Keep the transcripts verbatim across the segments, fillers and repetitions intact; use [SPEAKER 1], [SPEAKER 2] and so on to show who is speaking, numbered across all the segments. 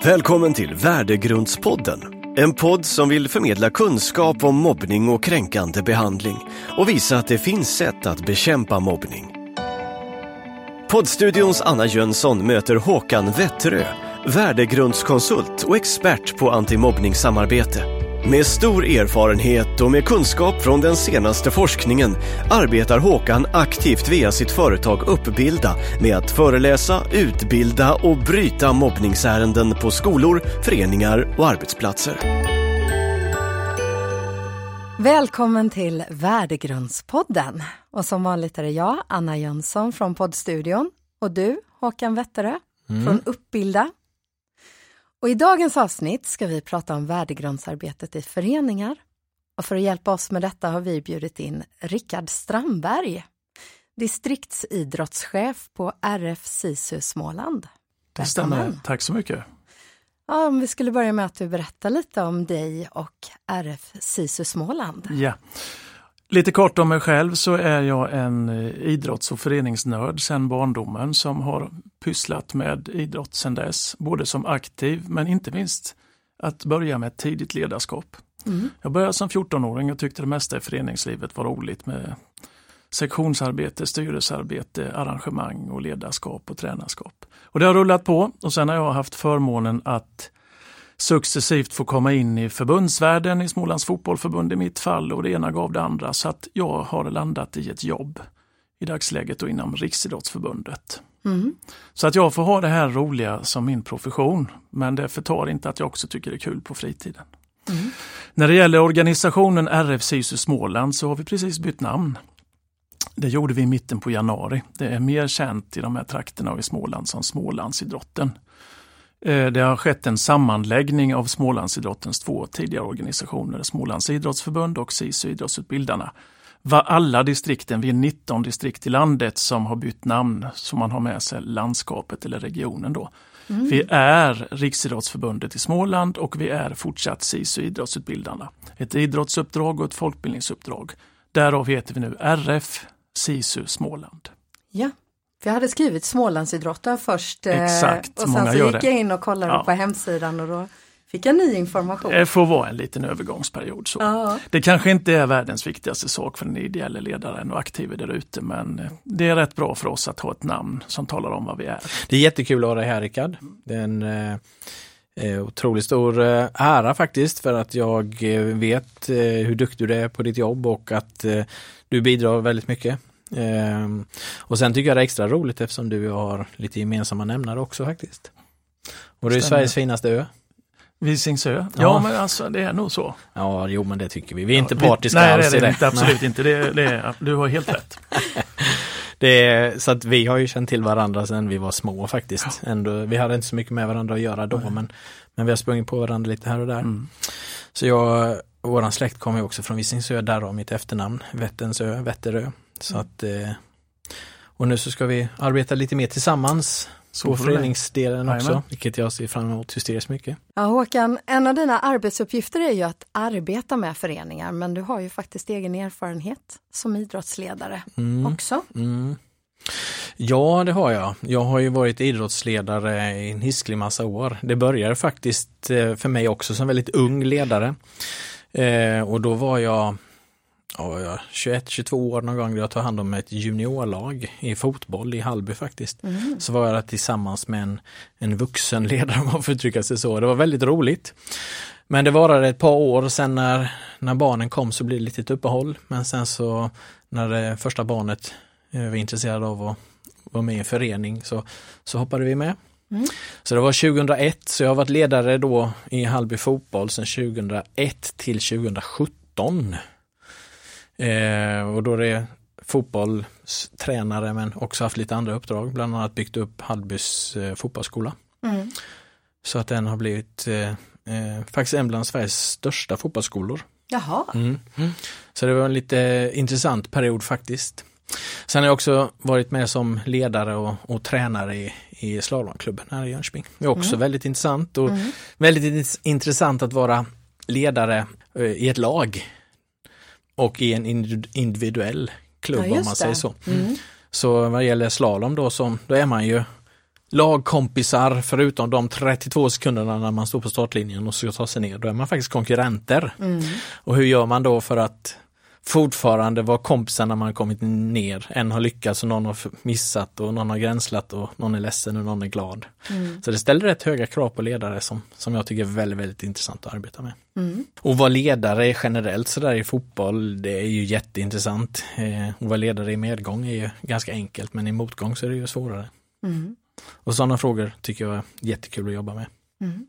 [SPEAKER 1] Välkommen till Värdegrundspodden. En podd som vill förmedla kunskap om mobbning och kränkande behandling och visa att det finns sätt att bekämpa mobbning. Poddstudions Anna Jönsson möter Håkan Wetterö, värdegrundskonsult och expert på antimobbningssamarbete. Med stor erfarenhet och med kunskap från den senaste forskningen arbetar Håkan aktivt via sitt företag Uppbilda med att föreläsa, utbilda och bryta mobbningsärenden på skolor, föreningar och arbetsplatser.
[SPEAKER 2] Välkommen till Värdegrundspodden. Och som vanligt är det jag, Anna Jönsson från poddstudion, och du, Håkan Wetterö, mm. från Uppbilda. Och i dagens avsnitt ska vi prata om värdegrundsarbetet i föreningar. Och för att hjälpa oss med detta har vi bjudit in Rickard Strandberg, distriktsidrottschef på R F SISU Småland.
[SPEAKER 3] Det stämmer, tack så mycket.
[SPEAKER 2] Ja, om vi skulle börja med att du berättar lite om dig och R F SISU Småland.
[SPEAKER 3] Ja, lite kort om mig själv så är jag en idrotts- och föreningsnörd sedan barndomen som har pysslat med idrott sedan dess. Både som aktiv men inte minst att börja med ett tidigt ledarskap. Mm. Jag började som fjortonåring och tyckte det mesta i föreningslivet var roligt med sektionsarbete, styrelsearbete, arrangemang och ledarskap och tränarskap. Och det har rullat på och sen har jag haft förmånen att successivt få komma in i förbundsvärlden i Smålands fotbollförbund i mitt fall och det ena gav det andra så att jag har landat i ett jobb i dagsläget och inom Riksidrottsförbundet. Mm. Så att jag får ha det här roliga som min profession men det förtar inte att jag också tycker det är kul på fritiden. Mm. När det gäller organisationen R F SISU Småland så har vi precis bytt namn. Det gjorde vi i mitten på januari. Det är mer känt i de här trakterna och i Småland som Smålandsidrotten. Det har skett en sammanläggning av Smålandsidrottens två tidigare organisationer, Smålands idrottsförbund och SISU idrottsutbildarna. Var alla distrikten, vi är nitton distrikt i landet som har bytt namn som man har med sig landskapet eller regionen då. Mm. Vi är Riksidrottsförbundet i Småland och vi är fortsatt SISU idrottsutbildarna. Ett idrottsuppdrag och ett folkbildningsuppdrag. Därav heter vi nu R F SISU Småland.
[SPEAKER 2] Ja. Jag hade skrivit Smålandsidrotten först.
[SPEAKER 3] Exakt,
[SPEAKER 2] och sen
[SPEAKER 3] många
[SPEAKER 2] så
[SPEAKER 3] gör
[SPEAKER 2] gick
[SPEAKER 3] det.
[SPEAKER 2] jag in och kollade ja. på hemsidan och då fick jag ny information.
[SPEAKER 3] Det får vara en liten övergångsperiod. Så.
[SPEAKER 2] Ja.
[SPEAKER 3] Det kanske inte är världens viktigaste sak för den ideella ledaren och aktiva där ute men det är rätt bra för oss att ha ett namn som talar om vad vi är.
[SPEAKER 4] Det är jättekul att ha dig här Rickard. Det är en eh, otroligt stor eh, ära faktiskt för att jag eh, vet eh, hur duktig du är på ditt jobb och att eh, du bidrar väldigt mycket. Um, och sen tycker jag det är extra roligt eftersom du har lite gemensamma nämnare också faktiskt. Och det är Sveriges finaste ö.
[SPEAKER 3] Visingsö. Ja,
[SPEAKER 4] ja
[SPEAKER 3] men alltså det är nog så.
[SPEAKER 4] Ja, jo men det tycker vi. Vi är
[SPEAKER 3] ja,
[SPEAKER 4] inte partiska
[SPEAKER 3] vi, nej,
[SPEAKER 4] alls
[SPEAKER 3] det är det
[SPEAKER 4] i
[SPEAKER 3] inte, absolut nej. inte. Det, det är, du har helt rätt.
[SPEAKER 4] Det är, så att vi har ju känt till varandra sedan vi var små faktiskt. Ja. Ändå, vi hade inte så mycket med varandra att göra då men, men vi har sprungit på varandra lite här och där. Mm. Så jag, våran släkt kommer ju också från Visingsö, där har mitt efternamn. Vättensö, Wetterö. Så att, och nu så ska vi arbeta lite mer tillsammans så på föreningsdelen också, Amen. vilket jag ser fram emot hysteriskt mycket.
[SPEAKER 2] Ja Håkan, en av dina arbetsuppgifter är ju att arbeta med föreningar, men du har ju faktiskt egen erfarenhet som idrottsledare mm. också.
[SPEAKER 4] Mm. Ja, det har jag. Jag har ju varit idrottsledare i en hisklig massa år. Det började faktiskt för mig också som väldigt ung ledare. Eh, och då var jag Ja, tjugoett tjugotvå år någon gång då jag tog hand om ett juniorlag i fotboll i Hallby faktiskt. Mm. Så var jag tillsammans med en, en vuxen ledare om man får uttrycka sig så. Det var väldigt roligt. Men det varade ett par år sen när, när barnen kom så blev det lite ett uppehåll. Men sen så när det första barnet var intresserad av att vara med i en förening så, så hoppade vi med. Mm. Så det var tjugohundraett så jag har varit ledare då i Hallby fotboll sedan tjugohundraett till tjugosjutton. Eh, och då är det fotbollstränare men också haft lite andra uppdrag. Bland annat byggt upp Hallbys eh, fotbollsskola. Mm. Så att den har blivit eh, eh, faktiskt en bland Sveriges största fotbollsskolor.
[SPEAKER 2] Jaha.
[SPEAKER 4] Mm. Mm. Så det var en lite intressant period faktiskt. Sen har jag också varit med som ledare och, och tränare i, i slalomklubben här i Jönköping. Det är också mm. väldigt intressant och mm. väldigt intressant att vara ledare eh, i ett lag. Och i en individuell klubb ja, om man säger så. Mm. Så vad gäller slalom då, så, då är man ju lagkompisar förutom de trettiotvå sekunderna när man står på startlinjen och ska ta sig ner. Då är man faktiskt konkurrenter. Mm. Och hur gör man då för att fortfarande vara kompisar när man har kommit ner? En har lyckats och någon har missat och någon har gränslat och någon är ledsen och någon är glad. Mm. Så det ställer rätt höga krav på ledare som, som jag tycker är väldigt, väldigt intressant att arbeta med. Mm. Och vara ledare generellt så där i fotboll, det är ju jätteintressant. Eh, och vara ledare i medgång är ju ganska enkelt, men i motgång så är det ju svårare. Mm. Och sådana frågor tycker jag är jättekul att jobba med. Mm.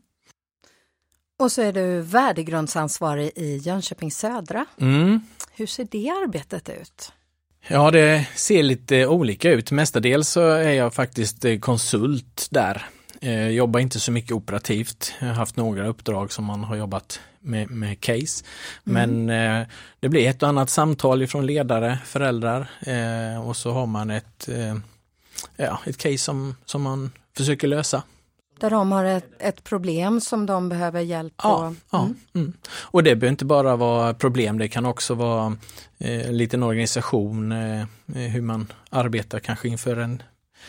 [SPEAKER 2] Och så är du värdegrundsansvarig i Jönköping Södra. Mm. Hur ser det arbetet ut?
[SPEAKER 4] Ja, det ser lite olika ut. Mestadels så är jag faktiskt konsult där. Jag jobbar inte så mycket operativt. Jag har haft några uppdrag som man har jobbat med, med case. Mm. Men eh, det blir ett och annat samtal ifrån ledare, föräldrar. Eh, och så har man ett, eh, ja, ett case som, som man försöker lösa.
[SPEAKER 2] Där de har ett, ett problem som de behöver hjälp på.
[SPEAKER 4] Ja, ja. Mm. Mm. Och det behöver inte bara vara problem, det kan också vara eh, en liten organisation, eh, hur man arbetar kanske inför en,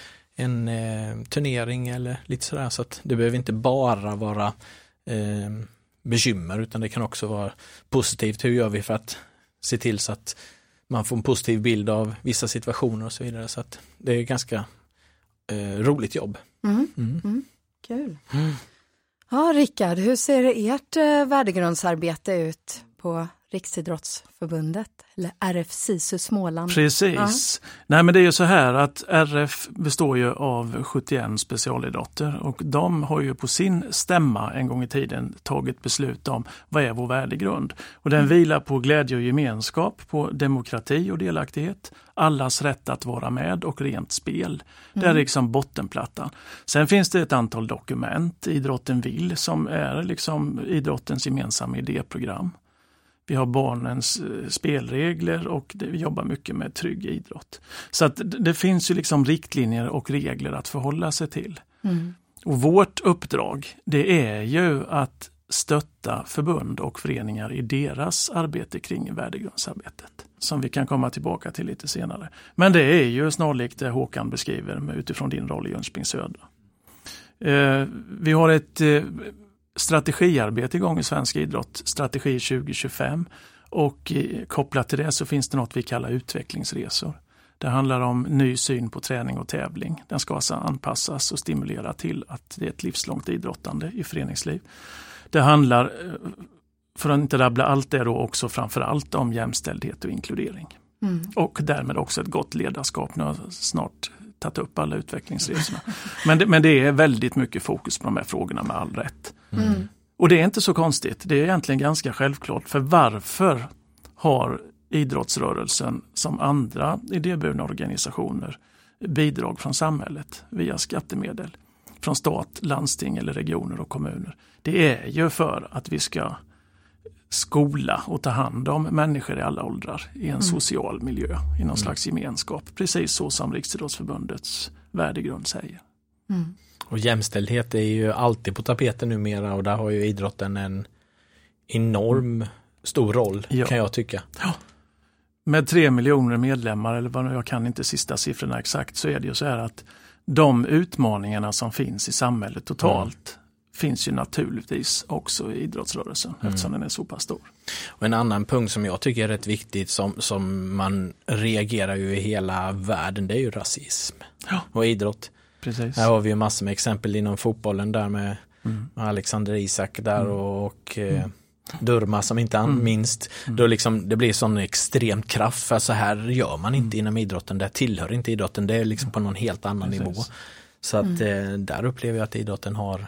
[SPEAKER 4] en eh, turnering eller lite sådär. Så att det behöver inte bara vara eh, bekymmer, utan det kan också vara positivt. Hur gör vi för att se till så att man får en positiv bild av vissa situationer och så vidare. Så att det är ganska eh, roligt jobb. Mm. Mm.
[SPEAKER 2] Mm. Kul. Mm. Ja, Rickard, hur ser ert eh, värdegrundsarbete ut på Riksidrottsförbundet eller R F SISU Småland?
[SPEAKER 3] Precis. Ja. Nej, men det är ju så här att R F består ju av sjuttioen specialidrotter och de har ju på sin stämma en gång i tiden tagit beslut om vad är vår värdegrund. Och den mm. vilar på glädje och gemenskap, på demokrati och delaktighet, allas rätt att vara med och rent spel. Mm. Det är liksom bottenplattan. Sen finns det ett antal dokument, Idrotten vill, som är liksom idrottens gemensamma idéprogram. Vi har barnens spelregler och vi jobbar mycket med trygg idrott. Så att det finns ju liksom riktlinjer och regler att förhålla sig till. Mm. Och vårt uppdrag, det är ju att stötta förbund och föreningar i deras arbete kring värdegrundsarbetet. Som vi kan komma tillbaka till lite senare. Men det är ju snarlikt det Håkan beskriver med, utifrån din roll i Jönköping Södra. Eh, vi har ett... Eh, strategiarbete igång i svensk idrott, strategi tjugo tjugofem, och eh, kopplat till det så finns det något vi kallar utvecklingsresor. Det handlar om ny syn på träning och tävling. Den ska alltså anpassas och stimulera till att det är ett livslångt idrottande i föreningsliv. Det handlar, för att inte rabbla allt det då, också framförallt om jämställdhet och inkludering. Mm. Och därmed också ett gott ledarskap. Nu har jag snart tagit upp alla utvecklingsresorna. Men det, men det är väldigt mycket fokus på de här frågorna med all rätt. Mm. Och det är inte så konstigt. Det är egentligen ganska självklart. För varför har idrottsrörelsen som andra idéburna organisationer bidrag från samhället via skattemedel? Från stat, landsting eller regioner och kommuner. Det är ju för att vi ska skola och ta hand om människor i alla åldrar i en mm. social miljö, i någon mm. slags gemenskap. Precis så som Riksidrottsförbundets värdegrund säger.
[SPEAKER 4] Mm. Och jämställdhet är ju alltid på tapeten numera, och där har ju idrotten en enorm stor roll, ja. kan jag tycka.
[SPEAKER 3] Ja. Med tre miljoner medlemmar, eller vad, jag kan inte sista siffrorna exakt, så är det ju så här att de utmaningarna som finns i samhället totalt mm. finns ju naturligtvis också i idrottsrörelsen mm. eftersom den är så pass stor.
[SPEAKER 4] Och en annan punkt som jag tycker är rätt viktigt som, som man reagerar ju i hela världen, det är ju rasism ja. och idrott.
[SPEAKER 3] Precis.
[SPEAKER 4] Här har vi ju massor med exempel inom fotbollen där med mm. Alexander Isak där mm. och, och eh, mm. Durma som inte mm. minst. Mm. Då liksom, det blir sån extrem kraft, för så här gör man inte mm. inom idrotten. Det tillhör inte idrotten, det är liksom på någon helt annan Precis. nivå. Så att mm. eh, där upplever jag att idrotten har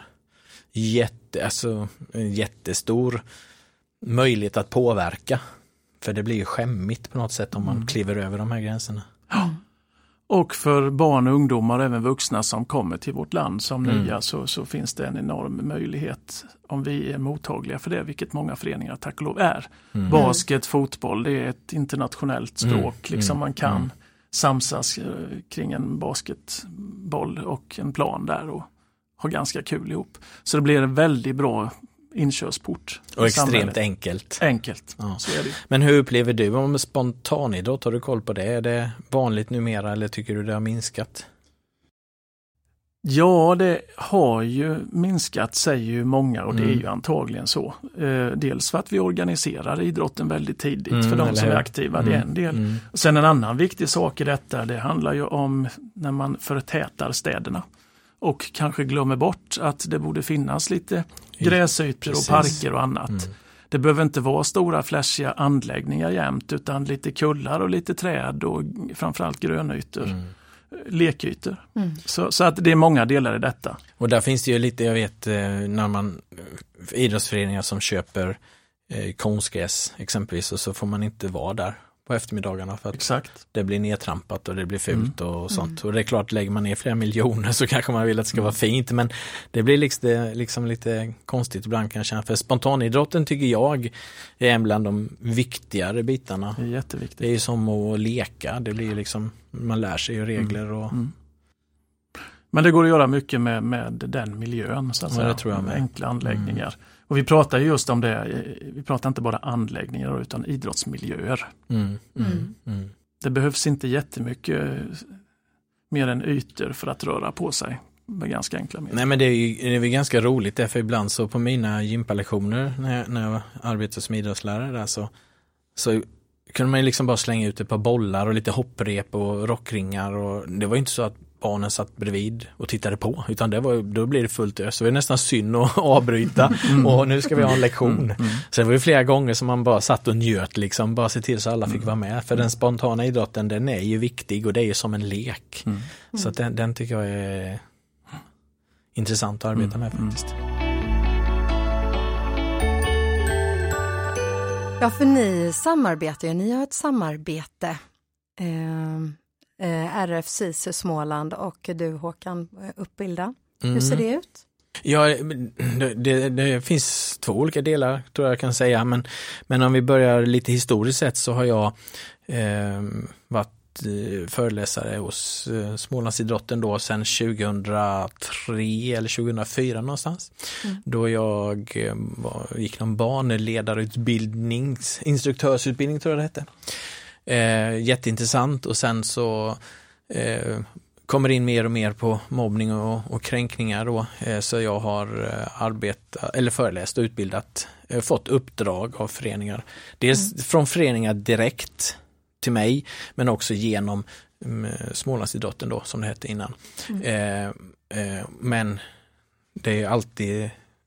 [SPEAKER 4] jätte, alltså, en jättestor möjlighet att påverka. För det blir ju skämmigt på något sätt om man mm. kliver över de här gränserna.
[SPEAKER 3] Ja. Och för barn och ungdomar och även vuxna som kommer till vårt land som mm. nya så, så finns det en enorm möjlighet om vi är mottagliga för det, vilket många föreningar tack och lov är. Mm. Basket, fotboll, det är ett internationellt språk. Mm. Liksom man kan mm. samsas kring en basketboll och en plan där och ha ganska kul ihop. Så det blir en väldigt bra inkörsport.
[SPEAKER 4] Och extremt samhället. enkelt.
[SPEAKER 3] Enkelt,
[SPEAKER 4] ja.
[SPEAKER 3] Så är det.
[SPEAKER 4] Men hur upplever du om spontanidrott? Har du koll på det? Är det vanligt numera eller tycker du det har minskat?
[SPEAKER 3] Ja, det har ju minskat, säger ju många, och det
[SPEAKER 4] Mm.
[SPEAKER 3] är ju antagligen så. Eh, dels för att vi organiserar idrotten väldigt tidigt
[SPEAKER 4] Mm,
[SPEAKER 3] för de
[SPEAKER 4] eller
[SPEAKER 3] som är
[SPEAKER 4] hur?
[SPEAKER 3] aktiva,
[SPEAKER 4] Mm.
[SPEAKER 3] det är en del.
[SPEAKER 4] Mm.
[SPEAKER 3] Sen en annan viktig sak i detta, det handlar ju om när man förtätar städerna och kanske glömmer bort att det borde finnas lite gräsytor
[SPEAKER 4] Precis.
[SPEAKER 3] och parker och annat.
[SPEAKER 4] Mm.
[SPEAKER 3] Det behöver inte vara stora flashiga anläggningar jämt, utan lite kullar och lite träd och framförallt grönytor.
[SPEAKER 4] Mm.
[SPEAKER 3] Lekytor.
[SPEAKER 2] Mm.
[SPEAKER 3] Så, så att det är många delar i detta.
[SPEAKER 4] Och där finns det ju lite, jag vet, eh, när man idrottsföreningar som köper eh, konstgräs exempelvis, och så får man inte vara där på eftermiddagarna för att
[SPEAKER 3] Exakt.
[SPEAKER 4] det blir nedtrampat och det blir fult
[SPEAKER 3] Mm.
[SPEAKER 4] och sånt. Och det är klart, lägger man ner flera miljoner så kanske man vill att det ska vara fint, men det blir liksom, det, liksom lite konstigt ibland kan jag känna. För spontanidrotten tycker jag är en bland de viktigare bitarna.
[SPEAKER 3] Det är jätteviktigt.
[SPEAKER 4] Det är ju som att leka, det blir ju liksom, man lär sig ju regler och
[SPEAKER 3] Mm. Men det går att göra mycket med, med den miljön, så att
[SPEAKER 4] Ja,
[SPEAKER 3] säga.
[SPEAKER 4] det tror jag med.
[SPEAKER 3] Enkla anläggningar. Och vi pratar ju just om det, vi pratar inte bara anläggningar utan idrottsmiljöer.
[SPEAKER 4] mm, mm,
[SPEAKER 2] Mm.
[SPEAKER 4] mm.
[SPEAKER 3] Det behövs inte jättemycket mer än ytor för att röra på sig med ganska enkla medel.
[SPEAKER 4] Nej, men det är ju det är väl ganska roligt därför ibland så på mina gympalektioner när jag, när jag arbetar som idrottslärare där så, så kunde man ju liksom bara slänga ut ett par bollar och lite hopprep och rockringar, och det var ju inte så att barnen satt bredvid och tittade på, utan det var, då blir det fullt ös. Så det var nästan synd att avbryta
[SPEAKER 3] Mm.
[SPEAKER 4] och nu ska vi ha en lektion.
[SPEAKER 3] Mm. Mm.
[SPEAKER 4] Så det var ju flera gånger som man bara satt och njöt liksom, bara se till så alla fick vara med. För den spontana idrotten, den är ju viktig och det är ju som en lek.
[SPEAKER 3] Mm.
[SPEAKER 4] Så att den, den tycker jag är intressant att arbeta med
[SPEAKER 3] Mm.
[SPEAKER 4] faktiskt.
[SPEAKER 2] Ja, för ni samarbetar ju, ni har ett samarbete. Eh, eh, R F SISU Småland och du Håkan Uppbilda. Hur ser det ut?
[SPEAKER 4] Ja, det, det, det finns två olika delar tror jag kan säga, men, men om vi börjar lite historiskt sett så har jag eh, varit eh, föreläsare hos eh, Smålandsidrotten då sedan tjugohundratre eller tjugohundrafyra någonstans.
[SPEAKER 2] Mm.
[SPEAKER 4] Då jag eh, var, gick någon banledarutbildning, instruktörsutbildning tror jag det hette. Eh, jätteintressant, och sen så eh, kommer in mer och mer på mobbning och, och kränkningar då. Eh, så jag har eh, arbetat, eller föreläst och utbildat, eh, fått uppdrag av föreningar. Dels mm. från föreningar direkt till mig, men också genom mm, Smålandsidrotten då, som det hette innan. Mm. Eh, eh, men det är alltid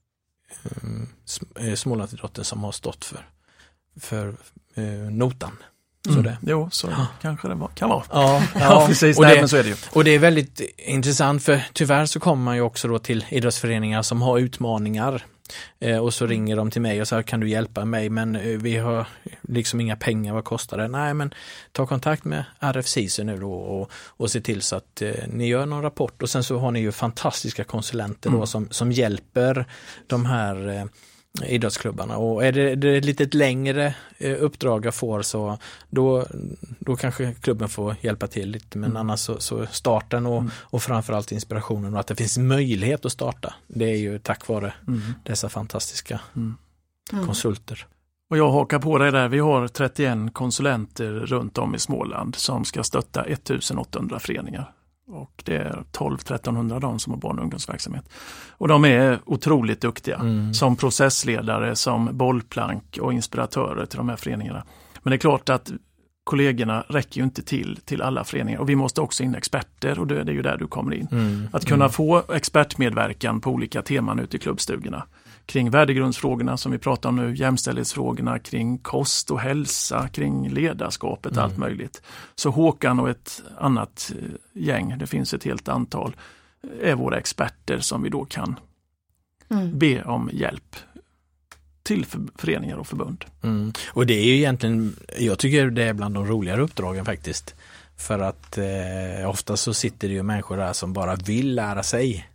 [SPEAKER 4] eh, Smålandsidrotten som har stått för, för eh, notan. Så
[SPEAKER 3] Mm.
[SPEAKER 4] det.
[SPEAKER 3] Jo, så
[SPEAKER 4] Ja.
[SPEAKER 3] kanske det var, kan vara.
[SPEAKER 4] Ja,
[SPEAKER 3] Ja,
[SPEAKER 4] ja.
[SPEAKER 3] precis.
[SPEAKER 4] Och
[SPEAKER 3] Nej,
[SPEAKER 4] det-
[SPEAKER 3] men så är det ju.
[SPEAKER 4] Och det är väldigt intressant, för tyvärr så kommer man ju också då till idrottsföreningar som har utmaningar eh, och så ringer de till mig och så här, kan du hjälpa mig, men eh, vi har liksom inga pengar, vad kostar det? Nej, men ta kontakt med R F SISU nu då och, och se till så att eh, ni gör någon rapport, och sen så har ni ju fantastiska konsulenter då
[SPEAKER 3] Mm.
[SPEAKER 4] som, som hjälper de här eh, idrottsklubbarna, och är det, det är ett lite längre eh, uppdrag jag får så då, då kanske klubben får hjälpa till lite, men
[SPEAKER 3] Mm.
[SPEAKER 4] annars så, så starten och,
[SPEAKER 3] Mm.
[SPEAKER 4] och framförallt inspirationen och att det finns möjlighet att starta, det är ju tack vare
[SPEAKER 3] Mm.
[SPEAKER 4] dessa fantastiska
[SPEAKER 3] Mm.
[SPEAKER 2] Mm.
[SPEAKER 4] konsulter.
[SPEAKER 3] Och jag hakar på dig där. Vi har trettioen konsulenter runt om i Småland som ska stötta ettusenåttahundra föreningar. Och det är tolv till trettonhundra de som har barn- och ungdomsverksamhet. Och de är otroligt duktiga
[SPEAKER 4] Mm.
[SPEAKER 3] som processledare, som bollplank och inspiratörer till de här föreningarna. Men det är klart att kollegorna räcker ju inte till till alla föreningar, och vi måste också in experter, och det är ju där du kommer in.
[SPEAKER 4] Mm.
[SPEAKER 3] Att kunna
[SPEAKER 4] Mm.
[SPEAKER 3] få expertmedverkan på olika teman ute i klubbstugorna. Kring värdegrundsfrågorna som vi pratar om nu, jämställdhetsfrågorna, kring kost och hälsa, kring ledarskapet,
[SPEAKER 4] Mm.
[SPEAKER 3] allt möjligt. Så Håkan och ett annat eh, gäng, det finns ett helt antal, är våra experter som vi då kan
[SPEAKER 2] Mm.
[SPEAKER 3] be om hjälp till för, föreningar och förbund.
[SPEAKER 4] Mm. Och det är ju egentligen, jag tycker det är bland de roligare uppdragen faktiskt. För att eh, ofta så sitter det ju människor där som bara vill lära sig.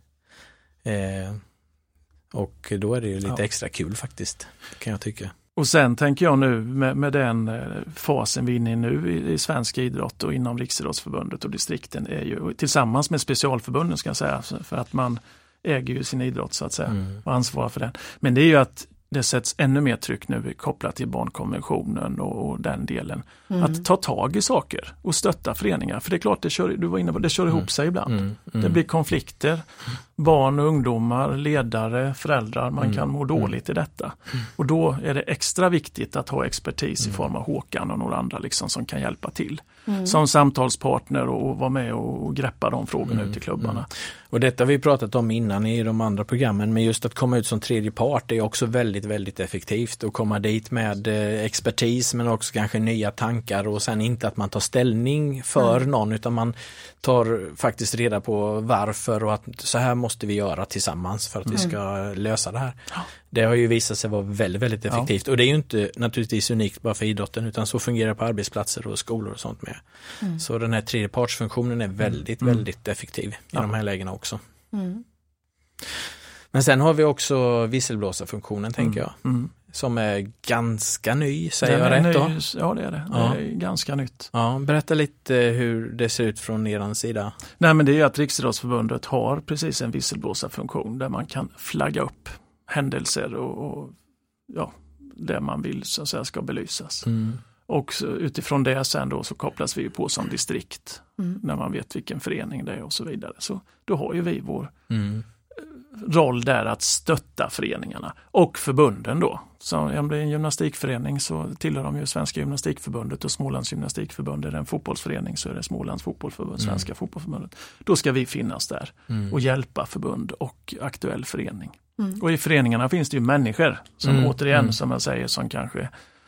[SPEAKER 4] Eh, och då är det ju lite
[SPEAKER 3] Ja.
[SPEAKER 4] extra kul faktiskt, kan jag tycka.
[SPEAKER 3] Och sen tänker jag nu med, med den eh, fasen vi är inne i nu i, i svensk idrott och inom Riksidrottsförbundet och distrikten är ju tillsammans med specialförbunden, ska jag säga, för att man äger ju sin idrott så att säga
[SPEAKER 4] Mm.
[SPEAKER 3] och ansvarar för den. Men det är ju att det sätts ännu mer tryck nu kopplat till barnkonventionen och, och den delen.
[SPEAKER 2] Mm.
[SPEAKER 3] Att ta tag i saker och stötta föreningar. För det är klart, det kör, du var inne på, det kör ihop
[SPEAKER 4] mm.
[SPEAKER 3] sig ibland.
[SPEAKER 4] Mm. Mm.
[SPEAKER 3] Det blir konflikter. Barn och ungdomar, ledare, föräldrar, man
[SPEAKER 4] mm.
[SPEAKER 3] kan må dåligt i detta.
[SPEAKER 4] Mm.
[SPEAKER 3] Och då är det extra viktigt att ha expertis
[SPEAKER 4] mm.
[SPEAKER 3] i form av Håkan och några andra liksom, som kan hjälpa till.
[SPEAKER 2] Mm.
[SPEAKER 3] Som samtalspartner och, och vara med och, och greppa de frågorna mm. ut i klubbarna.
[SPEAKER 4] Mm. Och detta har vi pratat om innan i de andra programmen, men just att komma ut som tredje part är också väldigt, väldigt effektivt. Och komma dit med eh, expertis men också kanske nya tankar och sen inte att man tar ställning för mm. någon, utan man tar faktiskt reda på varför och att så här måste vi göra tillsammans för att mm. vi ska lösa det här.
[SPEAKER 3] Ja.
[SPEAKER 4] Det har ju visat sig vara väldigt, väldigt effektivt. Ja. Och det är ju inte naturligtvis unikt bara för idrotten, utan så fungerar det på arbetsplatser och skolor och sånt med. Mm. Så den här tredjepartsfunktionen är väldigt, mm. väldigt effektiv i ja. de här lägena också. Mm. Men sen har vi också visselblåsarfunktionen, tänker
[SPEAKER 3] mm.
[SPEAKER 4] jag. Mm. Som är ganska ny, säger
[SPEAKER 3] den
[SPEAKER 4] jag rätt då?
[SPEAKER 3] Ny, ja, det är det.
[SPEAKER 4] Ja.
[SPEAKER 3] Det är ganska nytt.
[SPEAKER 4] Ja, berätta lite hur det ser ut från er sida.
[SPEAKER 3] Nej, men det är att Riksidrottsförbundet har precis en visselblåsarfunktion där man kan flagga upp händelser och, och ja, det man vill så att säga ska belysas. Mm. Och så, utifrån det sen då så kopplas vi på som distrikt mm. när man vet vilken förening det är och så vidare. Så då har ju vi vår mm. roll där att stötta föreningarna och förbunden då. Så om det är en gymnastikförening så tillhör de ju Svenska gymnastikförbundet och Smålands gymnastikförbund. Är det en fotbollsförening så är det Smålands fotbollsförbund, Svenska mm. fotbollsförbundet. Då ska vi finnas där mm. och hjälpa förbund och aktuell förening. Mm. Och i föreningarna finns det ju människor som mm. återigen mm. som jag säger som kanske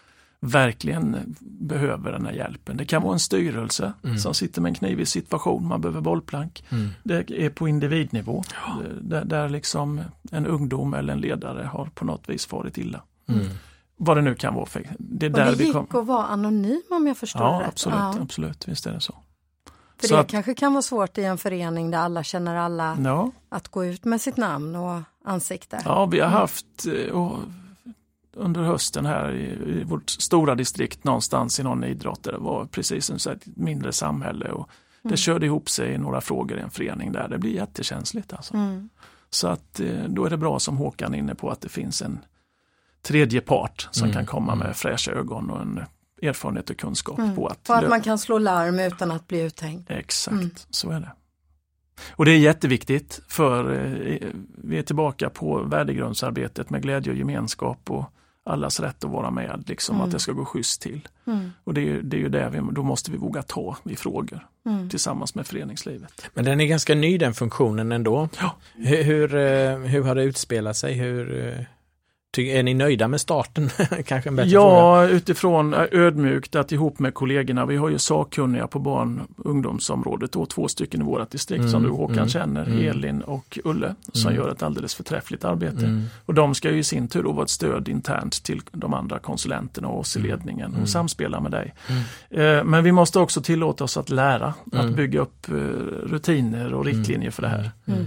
[SPEAKER 3] verkligen behöver den här hjälpen. Det kan vara en styrelse mm. som sitter med en knivig situation, man behöver bollplank. Mm. Det är på individnivå ja. där, där liksom en ungdom eller en ledare har på något vis farit illa. Mm. Vad det nu kan vara. För. Det, är
[SPEAKER 2] och
[SPEAKER 3] där
[SPEAKER 2] det
[SPEAKER 3] vi
[SPEAKER 2] gick
[SPEAKER 3] kom...
[SPEAKER 2] att vara anonym om jag förstår
[SPEAKER 3] ja,
[SPEAKER 2] rätt.
[SPEAKER 3] Absolut,
[SPEAKER 2] ja,
[SPEAKER 3] absolut. Visst är det så.
[SPEAKER 2] För
[SPEAKER 3] så
[SPEAKER 2] det
[SPEAKER 3] att...
[SPEAKER 2] kanske kan vara svårt i en förening där alla känner alla
[SPEAKER 3] ja.
[SPEAKER 2] att gå ut med sitt namn och ansikte.
[SPEAKER 3] Ja, vi har haft... Och... under hösten här i, i vårt stora distrikt någonstans i någon idrott där det var precis en så här, ett mindre samhälle och det mm. körde ihop sig i några frågor i en förening där. Det blir jättekänsligt alltså. Mm. Så att då är det bra som Håkan är inne på att det finns en tredje part som mm. kan komma med fräscha ögon och en erfarenhet och kunskap mm. på att...
[SPEAKER 2] På att man kan slå larm utan att bli uthängd.
[SPEAKER 3] Exakt, mm. så är det. Och det är jätteviktigt för eh, vi är tillbaka på värdegrundsarbetet med glädje och gemenskap och allas rätt att vara med, liksom mm. att det ska gå schysst till. Mm. Och det är, ju, det är ju det vi, då måste vi våga ta i frågor mm. tillsammans med föreningslivet.
[SPEAKER 4] Men den är ganska ny den funktionen ändå.
[SPEAKER 3] Ja.
[SPEAKER 4] Hur, hur, hur har det utspelat sig? Hur... Är ni nöjda med starten? Kanske en bättre
[SPEAKER 3] ja,
[SPEAKER 4] fråga.
[SPEAKER 3] Utifrån ödmjukt att ihop med kollegorna, vi har ju sakkunniga på barn- och ungdomsområdet och två stycken i vårt distrikt mm, som du Håkan mm, känner, mm. Elin och Ulle, som mm. gör ett alldeles förträffligt arbete. Mm. Och de ska ju i sin tur då vara ett stöd internt till de andra konsulenterna och oss i ledningen och mm. samspela med dig. Mm. Eh, men vi måste också tillåta oss att lära, mm. att bygga upp eh, rutiner och riktlinjer för det här.
[SPEAKER 4] Mm.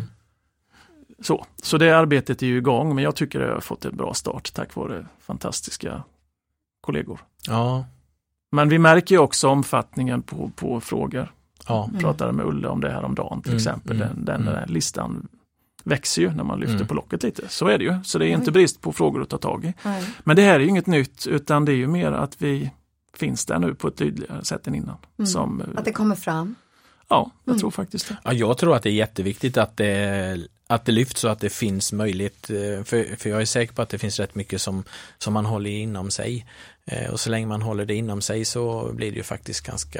[SPEAKER 3] Så. så det arbetet är ju igång, men jag tycker att jag har fått en bra start tack vare fantastiska kollegor.
[SPEAKER 4] Ja.
[SPEAKER 3] Men vi märker ju också omfattningen på, på frågor.
[SPEAKER 4] Ja.
[SPEAKER 3] Jag pratade med Ulle om det här om dagen till mm. exempel. Den, den,
[SPEAKER 4] mm.
[SPEAKER 3] den här listan växer ju när man lyfter mm. på locket lite. Så är det ju. Så det är
[SPEAKER 2] Oj.
[SPEAKER 3] inte brist på frågor att ta tag i.
[SPEAKER 2] Nej.
[SPEAKER 3] Men det här är ju inget nytt, utan det är ju mer att vi finns där nu på ett tydligare sätt än innan.
[SPEAKER 2] Mm.
[SPEAKER 3] Som,
[SPEAKER 2] att det kommer fram.
[SPEAKER 3] Ja, jag
[SPEAKER 2] mm.
[SPEAKER 3] tror faktiskt det.
[SPEAKER 4] Ja, jag tror att det är jätteviktigt att det, att det lyfts så att det finns möjlighet. För, för jag är säker på att det finns rätt mycket som, som man håller inom sig. Eh, och så länge man håller det inom sig så blir det ju faktiskt ganska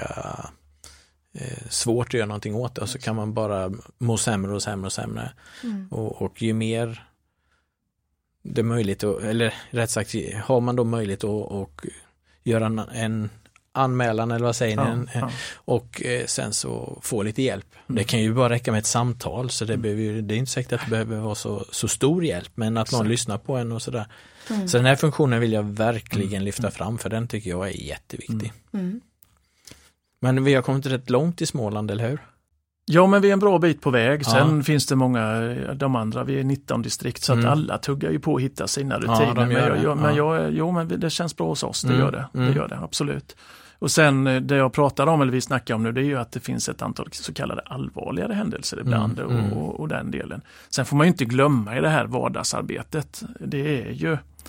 [SPEAKER 4] eh, svårt att göra någonting åt det. Och så kan man bara må sämre och sämre och sämre. Mm. Och, och ju mer det är möjligt, att, eller rätt sagt har man då möjlighet att och göra en, en anmälan eller vad säger ni, ja, ja. och eh, sen så få lite hjälp. Mm. Det kan ju bara räcka med ett samtal, så det, mm. behöver, det är inte säkert att det behöver vara så, så stor hjälp, men att någon så. lyssnar på en och sådär. Mm. Så den här funktionen vill jag verkligen mm. lyfta fram, för den tycker jag är jätteviktig.
[SPEAKER 2] Mm. Mm.
[SPEAKER 4] Men vi har kommit rätt långt i Småland, eller hur?
[SPEAKER 3] Ja, men vi är en bra bit på väg. Sen
[SPEAKER 4] ja.
[SPEAKER 3] finns det många, de andra, vi är nitton distrikt, så
[SPEAKER 4] mm.
[SPEAKER 3] att alla tuggar ju på att hitta sina rutiner.
[SPEAKER 4] Ja, de
[SPEAKER 3] men jag, jag, men
[SPEAKER 4] ja.
[SPEAKER 3] jag, jo, men det känns bra hos oss, det
[SPEAKER 4] mm.
[SPEAKER 3] gör det.
[SPEAKER 4] Mm.
[SPEAKER 3] Det gör det, absolut. Och sen det jag pratar om, eller vi snackar om nu, det är ju att det finns ett antal så kallade allvarligare händelser ibland
[SPEAKER 4] mm. Mm.
[SPEAKER 3] Och, och, och den delen. Sen får man ju inte glömma i det här vardagsarbetet, det är ju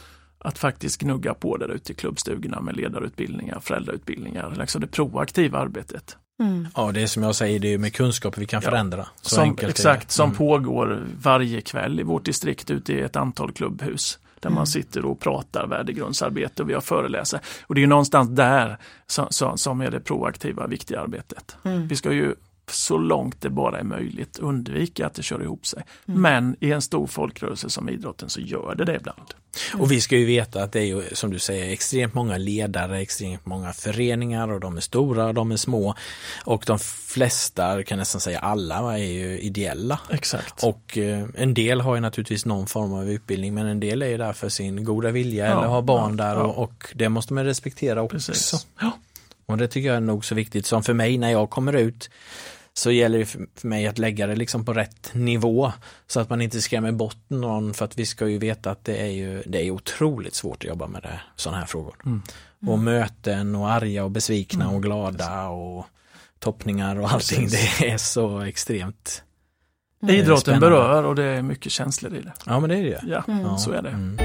[SPEAKER 3] att faktiskt gnugga på där ute i klubbstugorna med ledarutbildningar, föräldrautbildningar, liksom det proaktiva arbetet.
[SPEAKER 2] Mm.
[SPEAKER 4] Ja, det är som jag säger, det är med kunskap vi kan
[SPEAKER 3] ja.
[SPEAKER 4] förändra. Så
[SPEAKER 3] som,
[SPEAKER 4] enkelt
[SPEAKER 3] exakt, som
[SPEAKER 4] mm.
[SPEAKER 3] pågår varje kväll i vårt distrikt ute i ett antal klubbhus. Där mm. man sitter och pratar värdegrundsarbete och vi har föreläsare. Och det är ju någonstans där som, som, som är det proaktiva, viktiga arbetet. Mm. Vi ska ju så långt det bara är möjligt undvika att det kör ihop sig. Mm. Men i en stor folkrörelse som idrotten så gör det det ibland.
[SPEAKER 4] Mm. Och vi ska ju veta att det är ju, som du säger, extremt många ledare, extremt många föreningar och de är stora och de är små. Och de flesta, kan nästan säga alla, är ju ideella.
[SPEAKER 3] Exakt.
[SPEAKER 4] Och eh, en del har ju naturligtvis någon form av utbildning, men en del är ju där för sin goda vilja ja, eller har barn ja, där och, ja. och det måste man respektera också.
[SPEAKER 3] Precis. Ja.
[SPEAKER 4] Och det tycker jag är nog så viktigt. Som för mig när jag kommer ut så gäller det för mig att lägga det liksom på rätt nivå så att man inte skrämmer bort någon, för att vi ska ju veta att det är ju det är otroligt svårt att jobba med det, sådana här frågor. Mm. Mm. Och möten och arga och besvikna mm. och glada och toppningar och allting. Precis. Det är så extremt
[SPEAKER 3] mm. Idrotten spännande. Berör och det är mycket känslor i det.
[SPEAKER 4] Ja, men det är det.
[SPEAKER 3] Ja, mm. ja så är det. Mm.